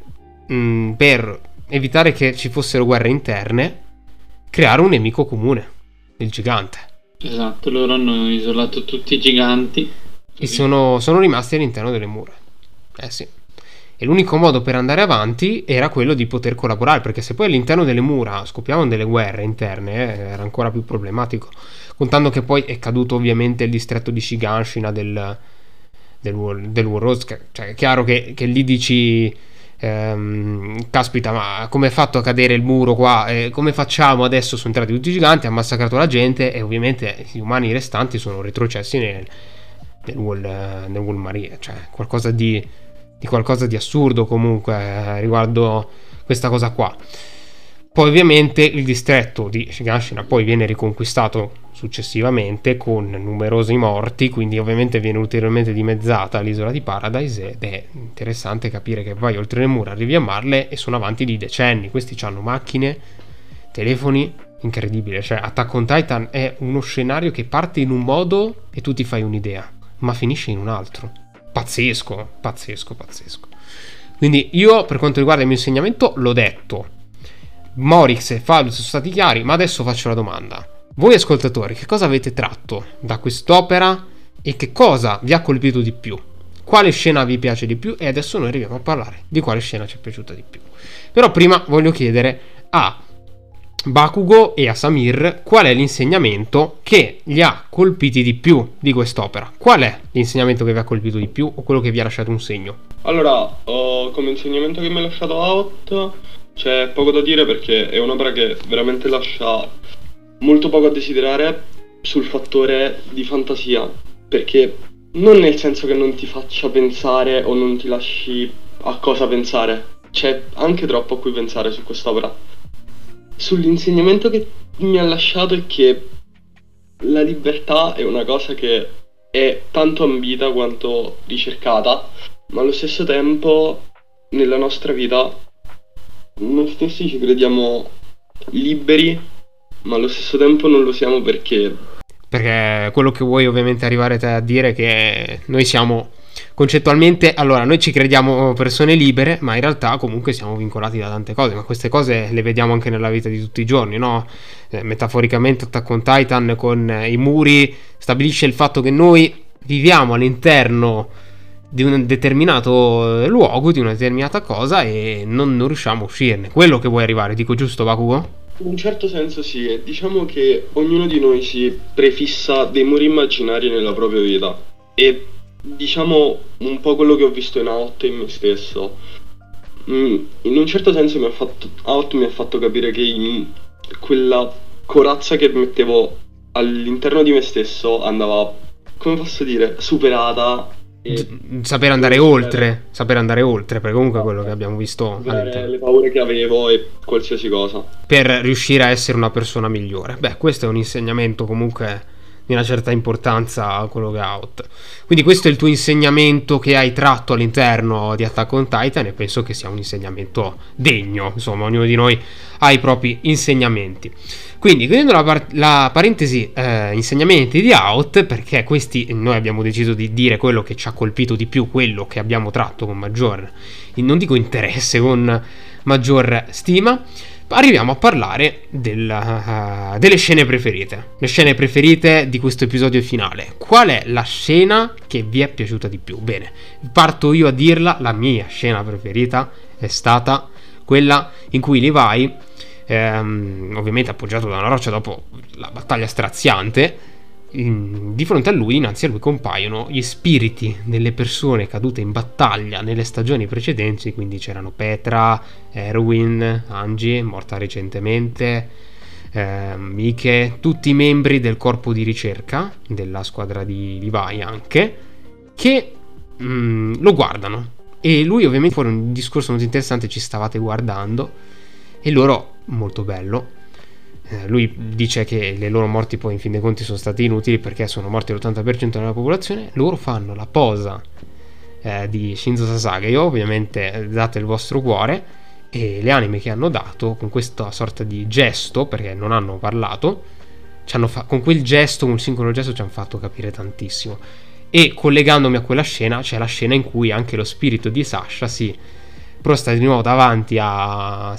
evitare che ci fossero guerre interne, creare un nemico comune, il gigante. Esatto, loro hanno isolato tutti i giganti e sono rimasti all'interno delle mura. Sì. E l'unico modo per andare avanti era quello di poter collaborare, perché se poi all'interno delle mura scoppiavano delle guerre interne, era ancora più problematico, contando che poi è caduto ovviamente il distretto di Shiganshina del Warlords. Cioè è chiaro che lì dici caspita, ma come è fatto a cadere il muro qua? Come facciamo adesso? Sono entrati tutti i giganti, ha massacrato la gente, e ovviamente gli umani restanti sono retrocessi nel Wall Maria. Cioè qualcosa di assurdo comunque riguardo questa cosa qua. Poi ovviamente il distretto di Shiganshina poi viene riconquistato successivamente con numerosi morti, quindi ovviamente viene ulteriormente dimezzata l'isola di Paradise, ed è interessante capire che vai oltre le mura, arrivi a Marle e sono avanti di decenni. Questi hanno macchine, telefoni, incredibile. Cioè Attack on Titan è uno scenario che parte in un modo e tu ti fai un'idea, ma finisce in un altro. Pazzesco. Quindi io, per quanto riguarda il mio insegnamento, l'ho detto. Morix e Falus sono stati chiari, ma adesso faccio la domanda: voi ascoltatori, che cosa avete tratto da quest'opera e che cosa vi ha colpito di più? Quale scena vi piace di più? E adesso noi arriviamo a parlare di quale scena ci è piaciuta di più. Però prima voglio chiedere a Bakugo e a Samir qual è l'insegnamento che li ha colpiti di più di quest'opera. Qual è l'insegnamento che vi ha colpito di più, o quello che vi ha lasciato un segno? Allora, come insegnamento che mi ha lasciato Out c'è poco da dire, perché è un'opera che veramente lascia molto poco a desiderare sul fattore di fantasia, perché non nel senso che non ti faccia pensare o non ti lasci a cosa pensare, c'è anche troppo a cui pensare su quest'opera. Sull'insegnamento che mi ha lasciato è che la libertà è una cosa che è tanto ambita quanto ricercata, ma allo stesso tempo nella nostra vita noi stessi ci crediamo liberi, ma allo stesso tempo non lo siamo, perché quello che vuoi ovviamente arrivare a dire è che noi siamo concettualmente, allora noi ci crediamo persone libere, ma in realtà comunque siamo vincolati da tante cose, ma queste cose le vediamo anche nella vita di tutti i giorni, no? Metaforicamente Attack on Titan con i muri stabilisce il fatto che noi viviamo all'interno di un determinato luogo, di una determinata cosa, e non riusciamo a uscirne. Quello che vuoi arrivare, dico giusto, Bakugo? in un certo senso sì, e diciamo che ognuno di noi si prefissa dei muri immaginari nella propria vita, e diciamo un po' quello che ho visto in Out e in me stesso. In un certo senso Out mi ha fatto capire che in quella corazza che mettevo all'interno di me stesso andava, come posso dire, superata. Saper andare oltre, perché comunque è quello che abbiamo visto all'interno. Le paure che avevo e qualsiasi cosa, per riuscire a essere una persona migliore. Beh, questo è un insegnamento comunque di una certa importanza a quello che ha Out. Quindi questo è il tuo insegnamento che hai tratto all'interno di Attack on Titan, e penso che sia un insegnamento degno. Insomma, ognuno di noi ha i propri insegnamenti. Quindi, chiudendo la parentesi insegnamenti di Out, perché questi noi abbiamo deciso di dire quello che ci ha colpito di più, quello che abbiamo tratto con maggior, non dico interesse, con maggior stima, arriviamo a parlare delle scene preferite. Le scene preferite di questo episodio finale. Qual è la scena che vi è piaciuta di più? Bene, parto io a dirla. La mia scena preferita è stata quella in cui Levi, ovviamente appoggiato da una roccia dopo la battaglia straziante, di fronte a lui, innanzi a lui, compaiono gli spiriti delle persone cadute in battaglia nelle stagioni precedenti. Quindi c'erano Petra, Erwin, Angie, morta recentemente, Mike, tutti i membri del corpo di ricerca della squadra di Vi anche, che lo guardano, e lui ovviamente fuori un discorso molto interessante, ci stavate guardando, e loro, molto bello, lui dice che le loro morti poi in fin dei conti sono state inutili perché sono morti l'80% della popolazione. Loro fanno la posa di Shinzo Sasage, ovviamente date il vostro cuore, e le anime che hanno dato con questa sorta di gesto, perché non hanno parlato, con quel gesto, un singolo gesto, ci hanno fatto capire tantissimo. E collegandomi a quella scena, c'è la scena in cui anche lo spirito di Sasha si mostra di nuovo davanti a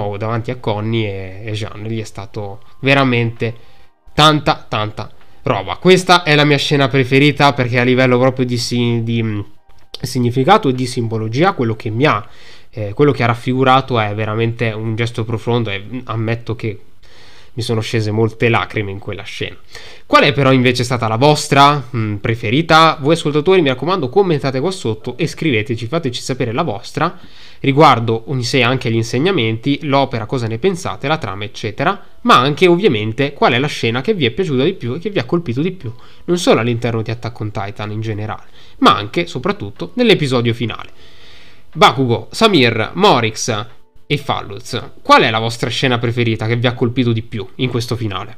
Connie e Jean. Lì è stato veramente tanta roba. Questa è la mia scena preferita, perché a livello proprio di significato e di simbologia, quello che ha raffigurato è veramente un gesto profondo, e ammetto che mi sono scese molte lacrime in quella scena. Qual è però invece stata la vostra preferita? Voi ascoltatori, mi raccomando, commentate qua sotto e scriveteci, fateci sapere la vostra riguardo ogni sé anche gli insegnamenti, l'opera, cosa ne pensate, la trama eccetera, ma anche ovviamente qual è la scena che vi è piaciuta di più e che vi ha colpito di più, non solo all'interno di Attack on Titan in generale, ma anche soprattutto nell'episodio finale. Bakugo, Samir, Morix e Falluz, qual è la vostra scena preferita che vi ha colpito di più in questo finale?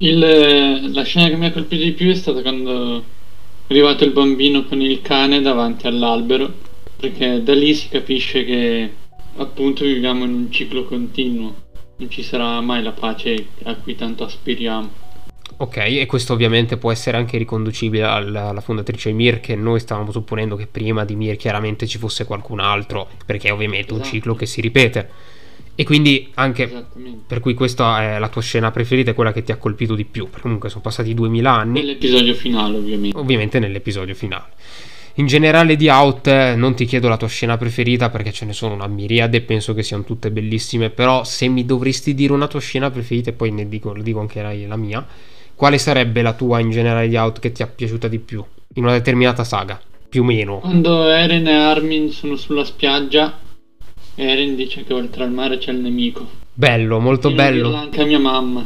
La scena che mi ha colpito di più è stata quando è arrivato il bambino con il cane davanti all'albero, perché da lì si capisce che appunto viviamo in un ciclo continuo, non ci sarà mai la pace a cui tanto aspiriamo. Ok, e questo ovviamente può essere anche riconducibile alla fondatrice Mir, che noi stavamo supponendo che prima di Mir chiaramente ci fosse qualcun altro, perché è ovviamente un ciclo che si ripete. E quindi anche per cui questa è la tua scena preferita, è quella che ti ha colpito di più, perché comunque sono passati 2000 anni. Nell'episodio finale ovviamente nell'episodio finale. In generale di Out non ti chiedo la tua scena preferita, perché ce ne sono una miriade, penso che siano tutte bellissime, però se mi dovresti dire una tua scena preferita, e poi lo dico anche la mia, quale sarebbe la tua in generale di Out che ti è piaciuta di più in una determinata saga, più o meno? Quando Eren e Armin sono sulla spiaggia, Eren dice che oltre al mare c'è il nemico. Bello, molto bello. Dirla anche a mia mamma.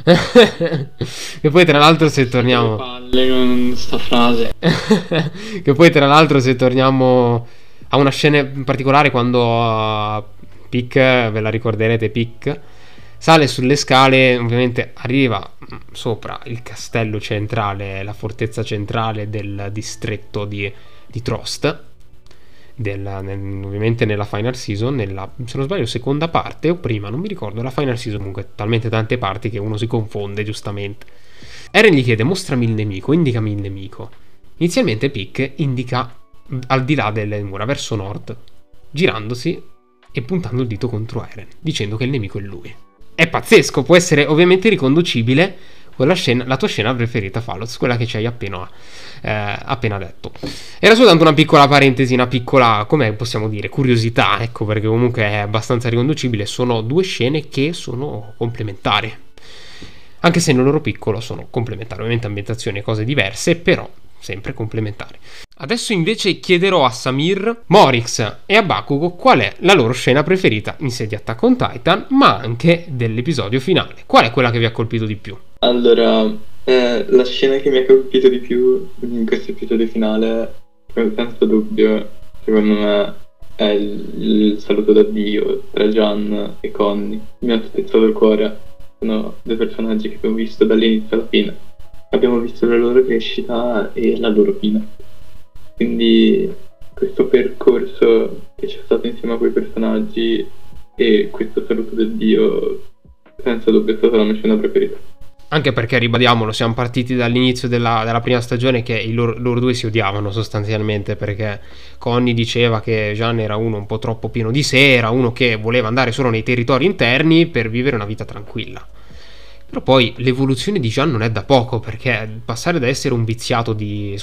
Che poi tra l'altro se torniamo palle con sta frase. Che poi tra l'altro se torniamo a una scena in particolare, quando Pick, ve la ricorderete, Pick sale sulle scale, ovviamente arriva sopra il castello centrale, la fortezza centrale del distretto di Trost, ovviamente nella final season, se non sbaglio seconda parte o prima, non mi ricordo, la final season, comunque talmente tante parti che uno si confonde giustamente. Eren gli chiede: mostrami il nemico, indicami il nemico. Inizialmente Pick indica al di là delle mura, verso nord, girandosi e puntando il dito contro Eren, dicendo che il nemico è lui. È pazzesco, può essere ovviamente riconducibile quella scena, la tua scena preferita, Falloz, quella che ci hai appena detto. Era soltanto una piccola parentesi, una piccola, come possiamo dire, curiosità, ecco, perché comunque è abbastanza riconducibile. Sono due scene che sono complementari, anche se nel loro piccolo sono complementari, ovviamente ambientazioni e cose diverse, però sempre complementari. Adesso invece chiederò a Samir, Morix e a Bakugo qual è la loro scena preferita in sé di Attack on Titan, ma anche dell'episodio finale. Qual è quella che vi ha colpito di più? Allora, la scena che mi ha colpito di più in questo episodio finale, senza dubbio, secondo me, è il saluto d'addio tra Jean e Connie. Mi ha spezzato il cuore. Sono due personaggi che abbiamo visto dall'inizio alla fine. Abbiamo visto la loro crescita e la loro fine. Quindi questo percorso che c'è stato insieme a quei personaggi e questo saluto d'addio, senza dubbio, è stata la mia scena preferita. Anche perché, ribadiamolo, siamo partiti dall'inizio della prima stagione che loro due si odiavano sostanzialmente, perché Connie diceva che Jean era uno un po' troppo pieno di sé, era uno che voleva andare solo nei territori interni per vivere una vita tranquilla. Però poi l'evoluzione di Jean non è da poco, perché passare da essere un viziato di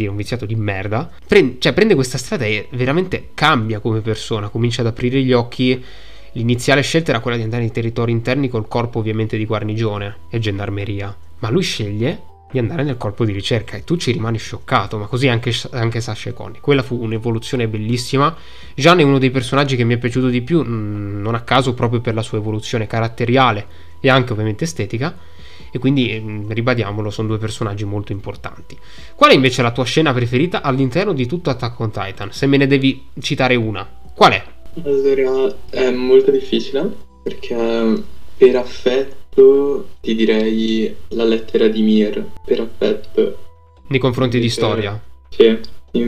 merda, prende questa strada e veramente cambia come persona, comincia ad aprire gli occhi. L'iniziale scelta era quella di andare nei territori interni col corpo ovviamente di guarnigione e gendarmeria, ma lui sceglie di andare nel corpo di ricerca e tu ci rimani scioccato, ma così anche Sasha e Connie. Quella fu un'evoluzione bellissima. Jean è uno dei personaggi che mi è piaciuto di più, non a caso proprio per la sua evoluzione caratteriale e anche ovviamente estetica, e quindi ribadiamolo, sono due personaggi molto importanti. Qual è invece la tua scena preferita all'interno di tutto Attack on Titan? Se me ne devi citare una, qual è? Allora, è molto difficile perché per affetto ti direi la lettera di Mir, per affetto. Nei confronti di storia? Sì,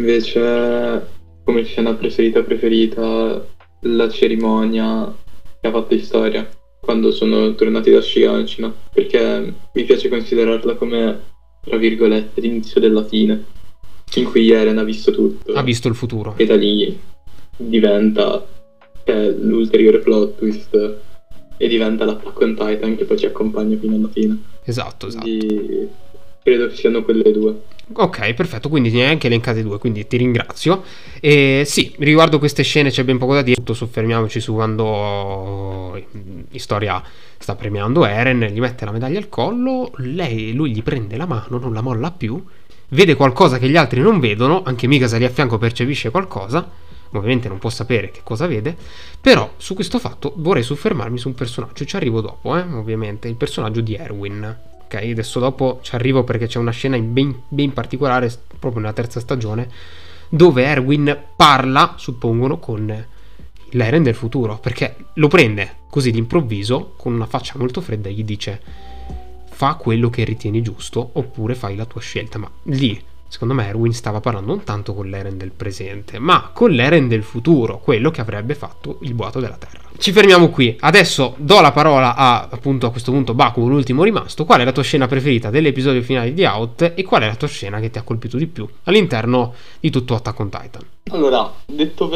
invece come scena preferita la cerimonia che ha fatto in storia quando sono tornati da Shiganshina, perché mi piace considerarla come, tra virgolette, l'inizio della fine, in cui Eren ha visto tutto. Ha visto il futuro. E da lì diventa l'ulteriore plot twist e diventa l'Attack on Titan che poi ci accompagna fino alla fine. Esatto. Quindi credo che siano quelle due. Ok, perfetto, quindi ne hai anche elencate due, quindi ti ringrazio. E sì, riguardo queste scene c'è ben poco da dire, soffermiamoci su quando Historia sta premiando Eren, gli mette la medaglia al collo, lui gli prende la mano, non la molla più, vede qualcosa che gli altri non vedono, anche Mikasa lì a fianco percepisce qualcosa, ovviamente non può sapere che cosa vede, però su questo fatto vorrei soffermarmi su un personaggio, ci arrivo dopo, ovviamente, il personaggio di Erwin. Ok, adesso dopo ci arrivo perché c'è una scena ben particolare proprio nella terza stagione dove Erwin parla, suppongono, con l'Eren del futuro, perché lo prende così d'improvviso con una faccia molto fredda e gli dice: fa quello che ritieni giusto oppure fai la tua scelta. Ma lì secondo me Erwin stava parlando non tanto con l'Eren del presente ma con l'Eren del futuro, quello che avrebbe fatto il boato della terra. Ci fermiamo qui, adesso do la parola appunto a questo punto Baku, l'ultimo rimasto. Qual è la tua scena preferita dell'episodio finale di Out e qual è la tua scena che ti ha colpito di più all'interno di tutto Attack on Titan? Allora, detto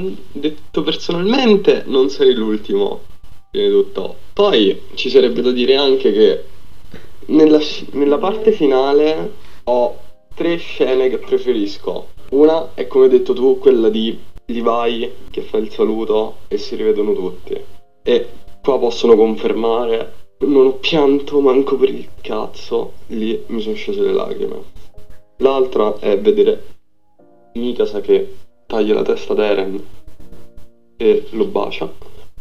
personalmente non sarei l'ultimo, prima di tutto. Poi ci sarebbe da dire anche che nella parte finale ho 3 scene che preferisco. Una è, come hai detto tu, quella di Levi che fa il saluto e si rivedono tutti, e qua possono confermare, non ho pianto manco per il cazzo, lì mi sono scese le lacrime. L'altra è vedere Mikasa che taglia la testa ad Eren e lo bacia,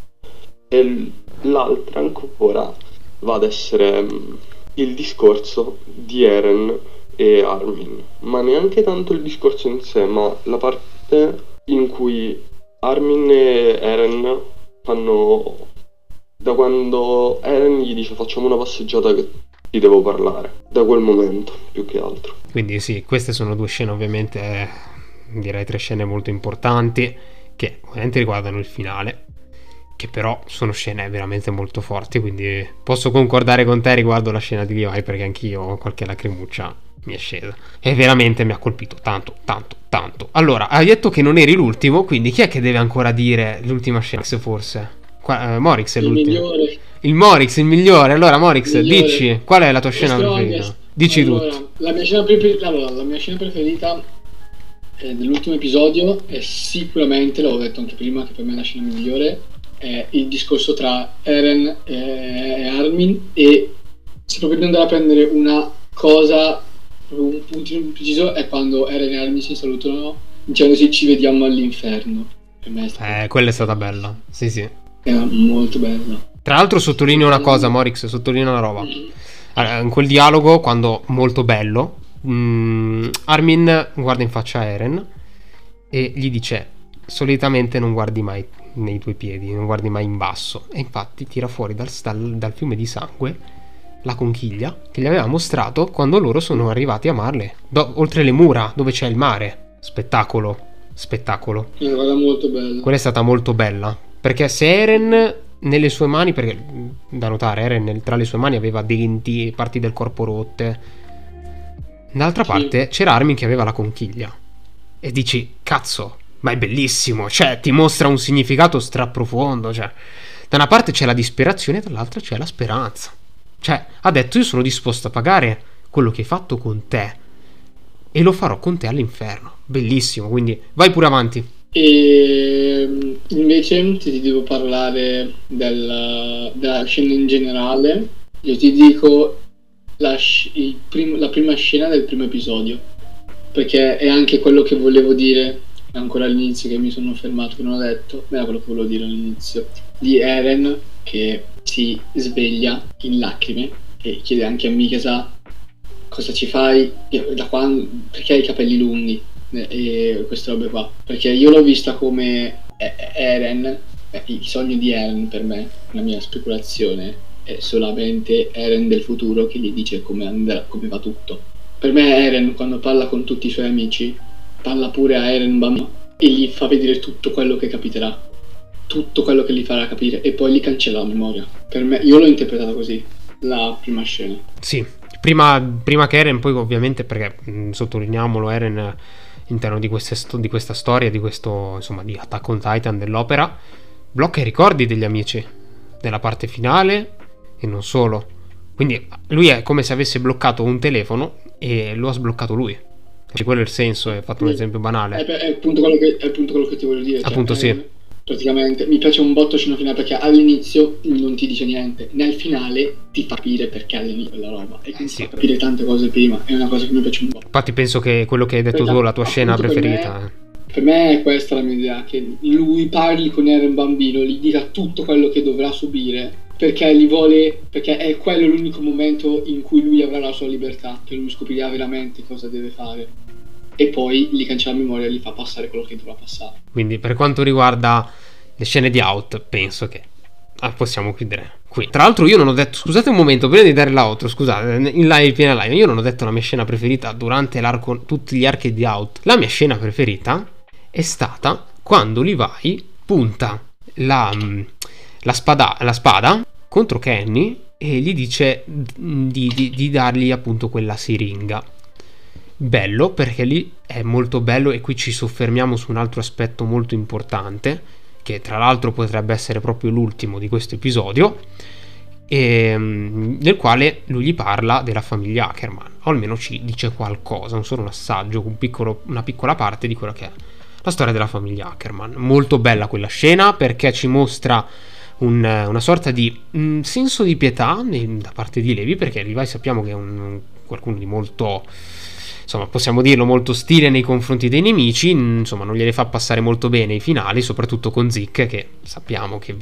e l'altra ancora va ad essere il discorso di Eren e Armin, ma neanche tanto il discorso in sé, ma la parte in cui Armin e Eren fanno, da quando Eren gli dice facciamo una passeggiata che ti devo parlare, da quel momento più che altro. Quindi sì, queste sono 2 scene ovviamente, direi 3 scene molto importanti che ovviamente riguardano il finale, che però sono scene veramente molto forti, quindi posso concordare con te riguardo la scena di Levi, perché anch'io qualche lacrimuccia mi è scesa e veramente mi ha colpito tanto. Allora, hai detto che non eri l'ultimo, quindi chi è che deve ancora dire l'ultima scena? Forse Morix è l'ultimo. Il Morix, il migliore. Allora Morix, dici qual è la tua scena preferita? Dici tutto. La mia scena preferita dell'ultimo episodio è sicuramente, l'avevo detto anche prima, che per me è la scena migliore, è il discorso tra Eren e Armin, e se proprio devo andare a prendere una cosa, un puntino preciso, è quando Eren e Armin si salutano dicendosi ci vediamo all'inferno. Per me quella è stata bella, sì. È molto bella. Tra l'altro sottolineo una cosa, Morix, sottolineo una roba. Allora, in quel dialogo, quando molto bello, Armin guarda in faccia a Eren e gli dice: solitamente non guardi mai nei tuoi piedi, non guardi mai in basso. E infatti tira fuori dal fiume di sangue la conchiglia che gli aveva mostrato quando loro sono arrivati a Marley, oltre le mura dove c'è il mare. Spettacolo. È una cosa molto bella. Quella è stata molto bella, perché se Eren nelle sue mani, perché da notare Eren tra le sue mani aveva denti, parti del corpo rotte, d'altra parte c'era Armin che aveva la conchiglia, e dici cazzo, ma è bellissimo, cioè ti mostra un significato straprofondo, cioè da una parte c'è la disperazione, dall'altra c'è la speranza. Cioè ha detto: io sono disposto a pagare quello che hai fatto con te e lo farò con te all'inferno. Bellissimo, quindi vai pure avanti. E invece se ti devo parlare della scena in generale, io ti dico la prima scena del primo episodio, perché è anche quello che volevo dire ancora all'inizio, che mi sono fermato, che non ho detto, ma era quello che volevo dire all'inizio, di Eren che si sveglia in lacrime e chiede anche a Mikasa cosa ci fai, da quando, perché hai i capelli lunghi e queste robe qua, perché io l'ho vista come Eren, il sogno di Eren per me, la mia speculazione è solamente Eren del futuro che gli dice come va tutto. Per me Eren, quando parla con tutti i suoi amici, parla pure a Eren bambino e gli fa vedere tutto quello che capiterà, tutto quello che gli farà capire, e poi gli cancella la memoria. Per me, io l'ho interpretata così la prima scena. Sì, prima che Eren, poi ovviamente, perché sottolineiamolo, Eren all'interno di questa storia, di questo, insomma, di Attack on Titan, dell'opera, blocca i ricordi degli amici nella parte finale e non solo. Quindi lui è come se avesse bloccato un telefono e lo ha sbloccato lui. Quello è il senso, è fatto un esempio banale. È appunto quello che ti voglio dire. Appunto, cioè, sì. Praticamente mi piace un botto scena finale, perché all'inizio non ti dice niente, nel finale ti fa capire perché all'inizio quella roba, e quindi fa capire tante cose prima. È una cosa che mi piace un botto. Infatti penso che quello che hai detto tu, la tua scena preferita, per me è questa la mia idea, che lui parli con Eren bambino, gli dica tutto quello che dovrà subire, perché li vuole, perché è quello l'unico momento in cui lui avrà la sua libertà, che lui scoprirà veramente cosa deve fare, e poi gli cancella la memoria e gli fa passare quello che dovrà passare. Quindi per quanto riguarda le scene di Out, penso che possiamo chiudere qui. Tra l'altro io non ho detto, scusate un momento, prima di dare l'outro, scusate, in live, piena live, io non ho detto la mia scena preferita durante l'arco, tutti gli archi di Out. La mia scena preferita è stata quando Levi punta la spada contro Kenny e gli dice di dargli appunto quella siringa. Bello, perché lì è molto bello, e qui ci soffermiamo su un altro aspetto molto importante, che tra l'altro potrebbe essere proprio l'ultimo di questo episodio, nel quale lui gli parla della famiglia Ackerman, o almeno ci dice qualcosa, non solo un assaggio, una piccola parte di quella che è la storia della famiglia Ackerman. Molto bella quella scena, perché ci mostra una sorta di senso di pietà da parte di Levi, perché Levi sappiamo che è qualcuno di molto, insomma, possiamo dirlo, molto ostile nei confronti dei nemici, insomma, non gliele fa passare molto bene i finali, soprattutto con Zeke, che sappiamo che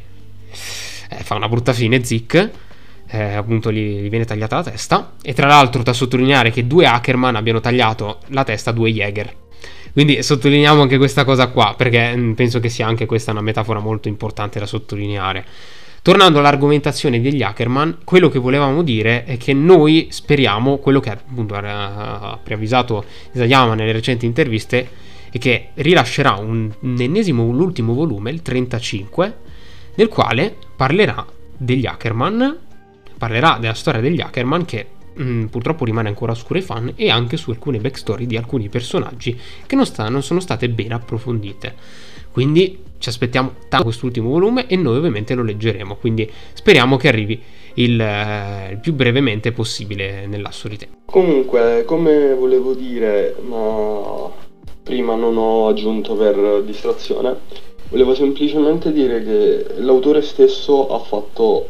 fa una brutta fine. Zeke, appunto, gli viene tagliata la testa, e tra l'altro da sottolineare che 2 Ackerman abbiano tagliato la testa a 2 Jäger. Quindi sottolineiamo anche questa cosa qua, perché penso che sia anche questa una metafora molto importante da sottolineare. Tornando all'argomentazione degli Ackerman, quello che volevamo dire è che noi speriamo, quello che appunto ha preavvisato Isayama nelle recenti interviste, è che rilascerà l'ultimo volume, il 35, nel quale parlerà degli Ackerman, parlerà della storia degli Ackerman, che purtroppo rimane ancora oscura ai fan, e anche su alcune backstory di alcuni personaggi che non sono state ben approfondite. Quindi ci aspettiamo tanto quest'ultimo volume, e noi ovviamente lo leggeremo, quindi speriamo che arrivi il più brevemente possibile nel lasso di tempo. Comunque, come volevo dire, ma prima non ho aggiunto per distrazione, volevo semplicemente dire che l'autore stesso ha fatto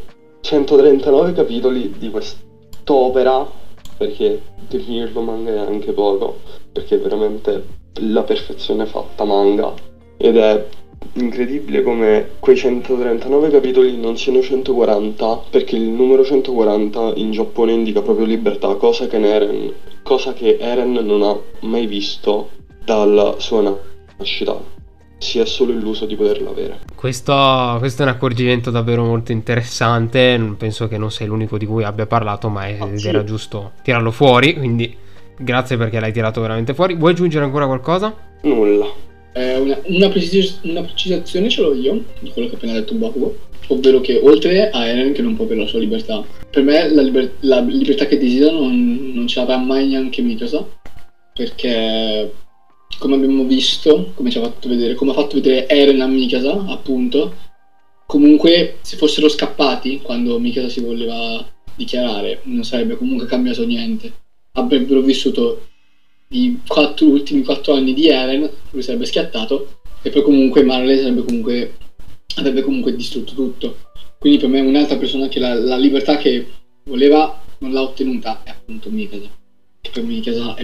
139 capitoli di quest'opera, perché definirlo manga è anche poco, perché è veramente la perfezione fatta manga, ed è incredibile come quei 139 capitoli non siano 140, perché il numero 140 in Giappone indica proprio libertà, cosa che Eren non ha mai visto dalla sua nascita. Si è solo illuso di poterla avere. Questo è un accorgimento davvero molto interessante, penso che non sei l'unico di cui abbia parlato, ma era giusto tirarlo fuori, quindi grazie, perché l'hai tirato veramente fuori. Vuoi aggiungere ancora qualcosa? Nulla. Una precisazione ce l'ho io di quello che ha appena detto Bakugo, ovvero che oltre a Eren, che non può avere la sua libertà, per me la libertà che desidera non ce l'avrà mai neanche Mikasa, perché come abbiamo visto, come ha fatto vedere Eren a Mikasa, appunto, comunque se fossero scappati quando Mikasa si voleva dichiarare, non sarebbe comunque cambiato niente, avrebbero vissuto i ultimi 4 anni di Eren, lui sarebbe schiattato, e poi comunque Marley avrebbe comunque distrutto tutto. Quindi per me un'altra persona che la libertà che voleva non l'ha ottenuta è appunto Mikasa, che per me Mikasa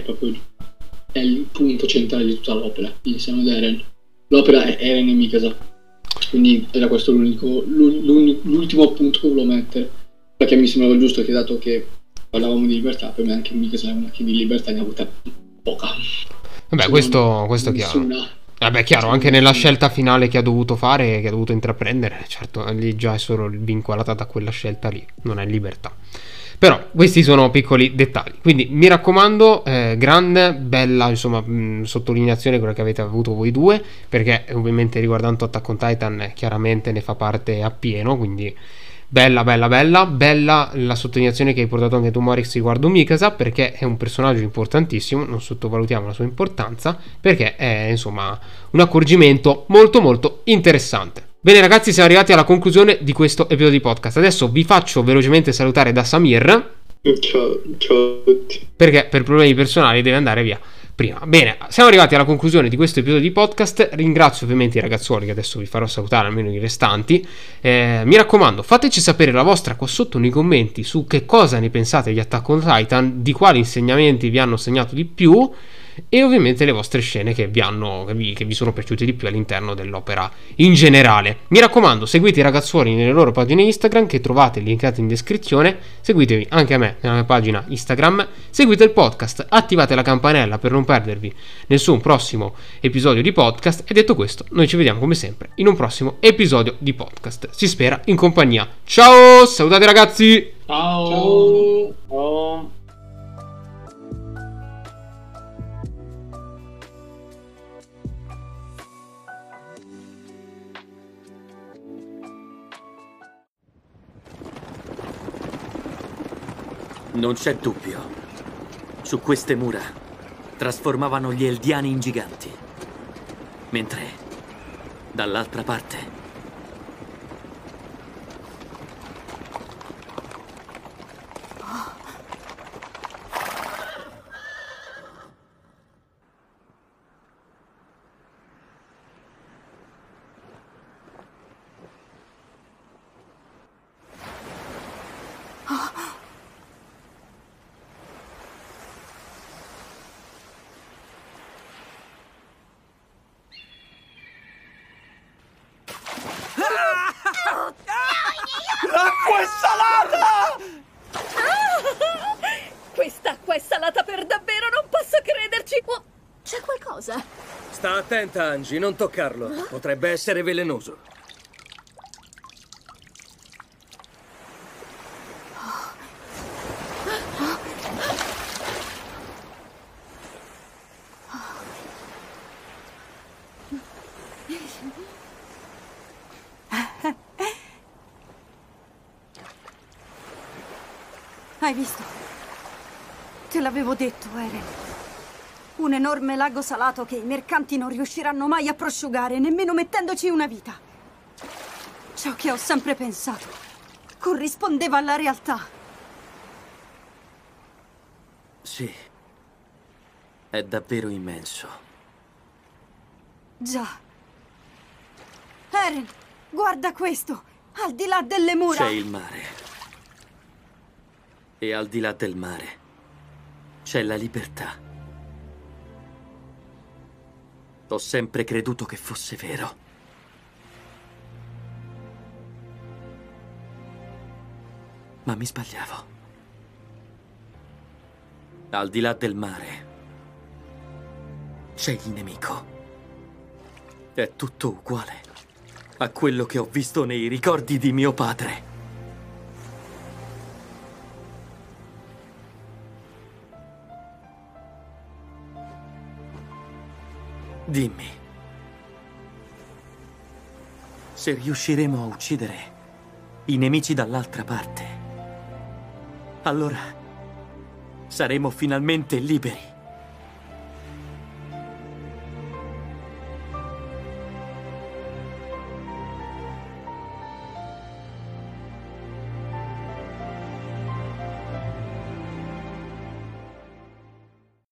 è il punto centrale di tutta l'opera, insieme ad Eren. L'opera è Eren e Mikasa. quindi era questo l'ultimo appunto che volevo mettere, perché mi sembrava giusto che, dato che parlavamo di libertà, per me anche Mikasa è una che di libertà ne ha avuta poca. Vabbè, questo è chiaro. Vabbè, chiaro, anche nella scelta finale che ha dovuto fare, che ha dovuto intraprendere, certo, lì già è solo vincolata da quella scelta lì, non è libertà. Però questi sono piccoli dettagli, quindi mi raccomando, grande, bella, insomma, sottolineazione quella che avete avuto voi due, perché ovviamente riguardando Attack on Titan chiaramente ne fa parte appieno, quindi bella la sottolineazione che hai portato anche tu, Morix, riguardo Mikasa, perché è un personaggio importantissimo, non sottovalutiamo la sua importanza, perché è insomma un accorgimento molto interessante. Bene ragazzi, siamo arrivati alla conclusione di questo episodio di podcast. Adesso vi faccio velocemente salutare da Samir. Ciao a tutti. Perché per problemi personali deve andare via prima. Bene, siamo arrivati alla conclusione di questo episodio di podcast. Ringrazio ovviamente i ragazzuoli che adesso vi farò salutare, almeno i restanti. Mi raccomando, fateci sapere la vostra qua sotto nei commenti su che cosa ne pensate di Attack on Titan, di quali insegnamenti vi hanno segnato di più, e ovviamente le vostre scene che vi sono piaciute di più all'interno dell'opera in generale. Mi raccomando, seguite i ragazzuoli nelle loro pagine Instagram che trovate linkate in descrizione, seguitevi anche a me nella mia pagina Instagram, seguite il podcast, attivate la campanella per non perdervi nessun prossimo episodio di podcast, e detto questo noi ci vediamo come sempre in un prossimo episodio di podcast, si spera in compagnia. Ciao, salutate ragazzi. Ciao. Non c'è dubbio. Su queste mura trasformavano gli Eldiani in giganti. Mentre dall'altra parte Quest'acqua è salata per davvero, non posso crederci! Oh, c'è qualcosa? Sta attenta, Angie, non toccarlo. Potrebbe essere velenoso. Hai visto? Te l'avevo detto, Eren. Un enorme lago salato che i mercanti non riusciranno mai a prosciugare, nemmeno mettendoci una vita. Ciò che ho sempre pensato corrispondeva alla realtà. sì, è davvero immenso. Già. Eren, guarda questo! Al di là delle mura! C'è il mare. E al di là del mare c'è la libertà. Ho sempre creduto che fosse vero. Ma mi sbagliavo. Al di là del mare c'è il nemico. È tutto uguale a quello che ho visto nei ricordi di mio padre. Dimmi, se riusciremo a uccidere i nemici dall'altra parte, allora saremo finalmente liberi.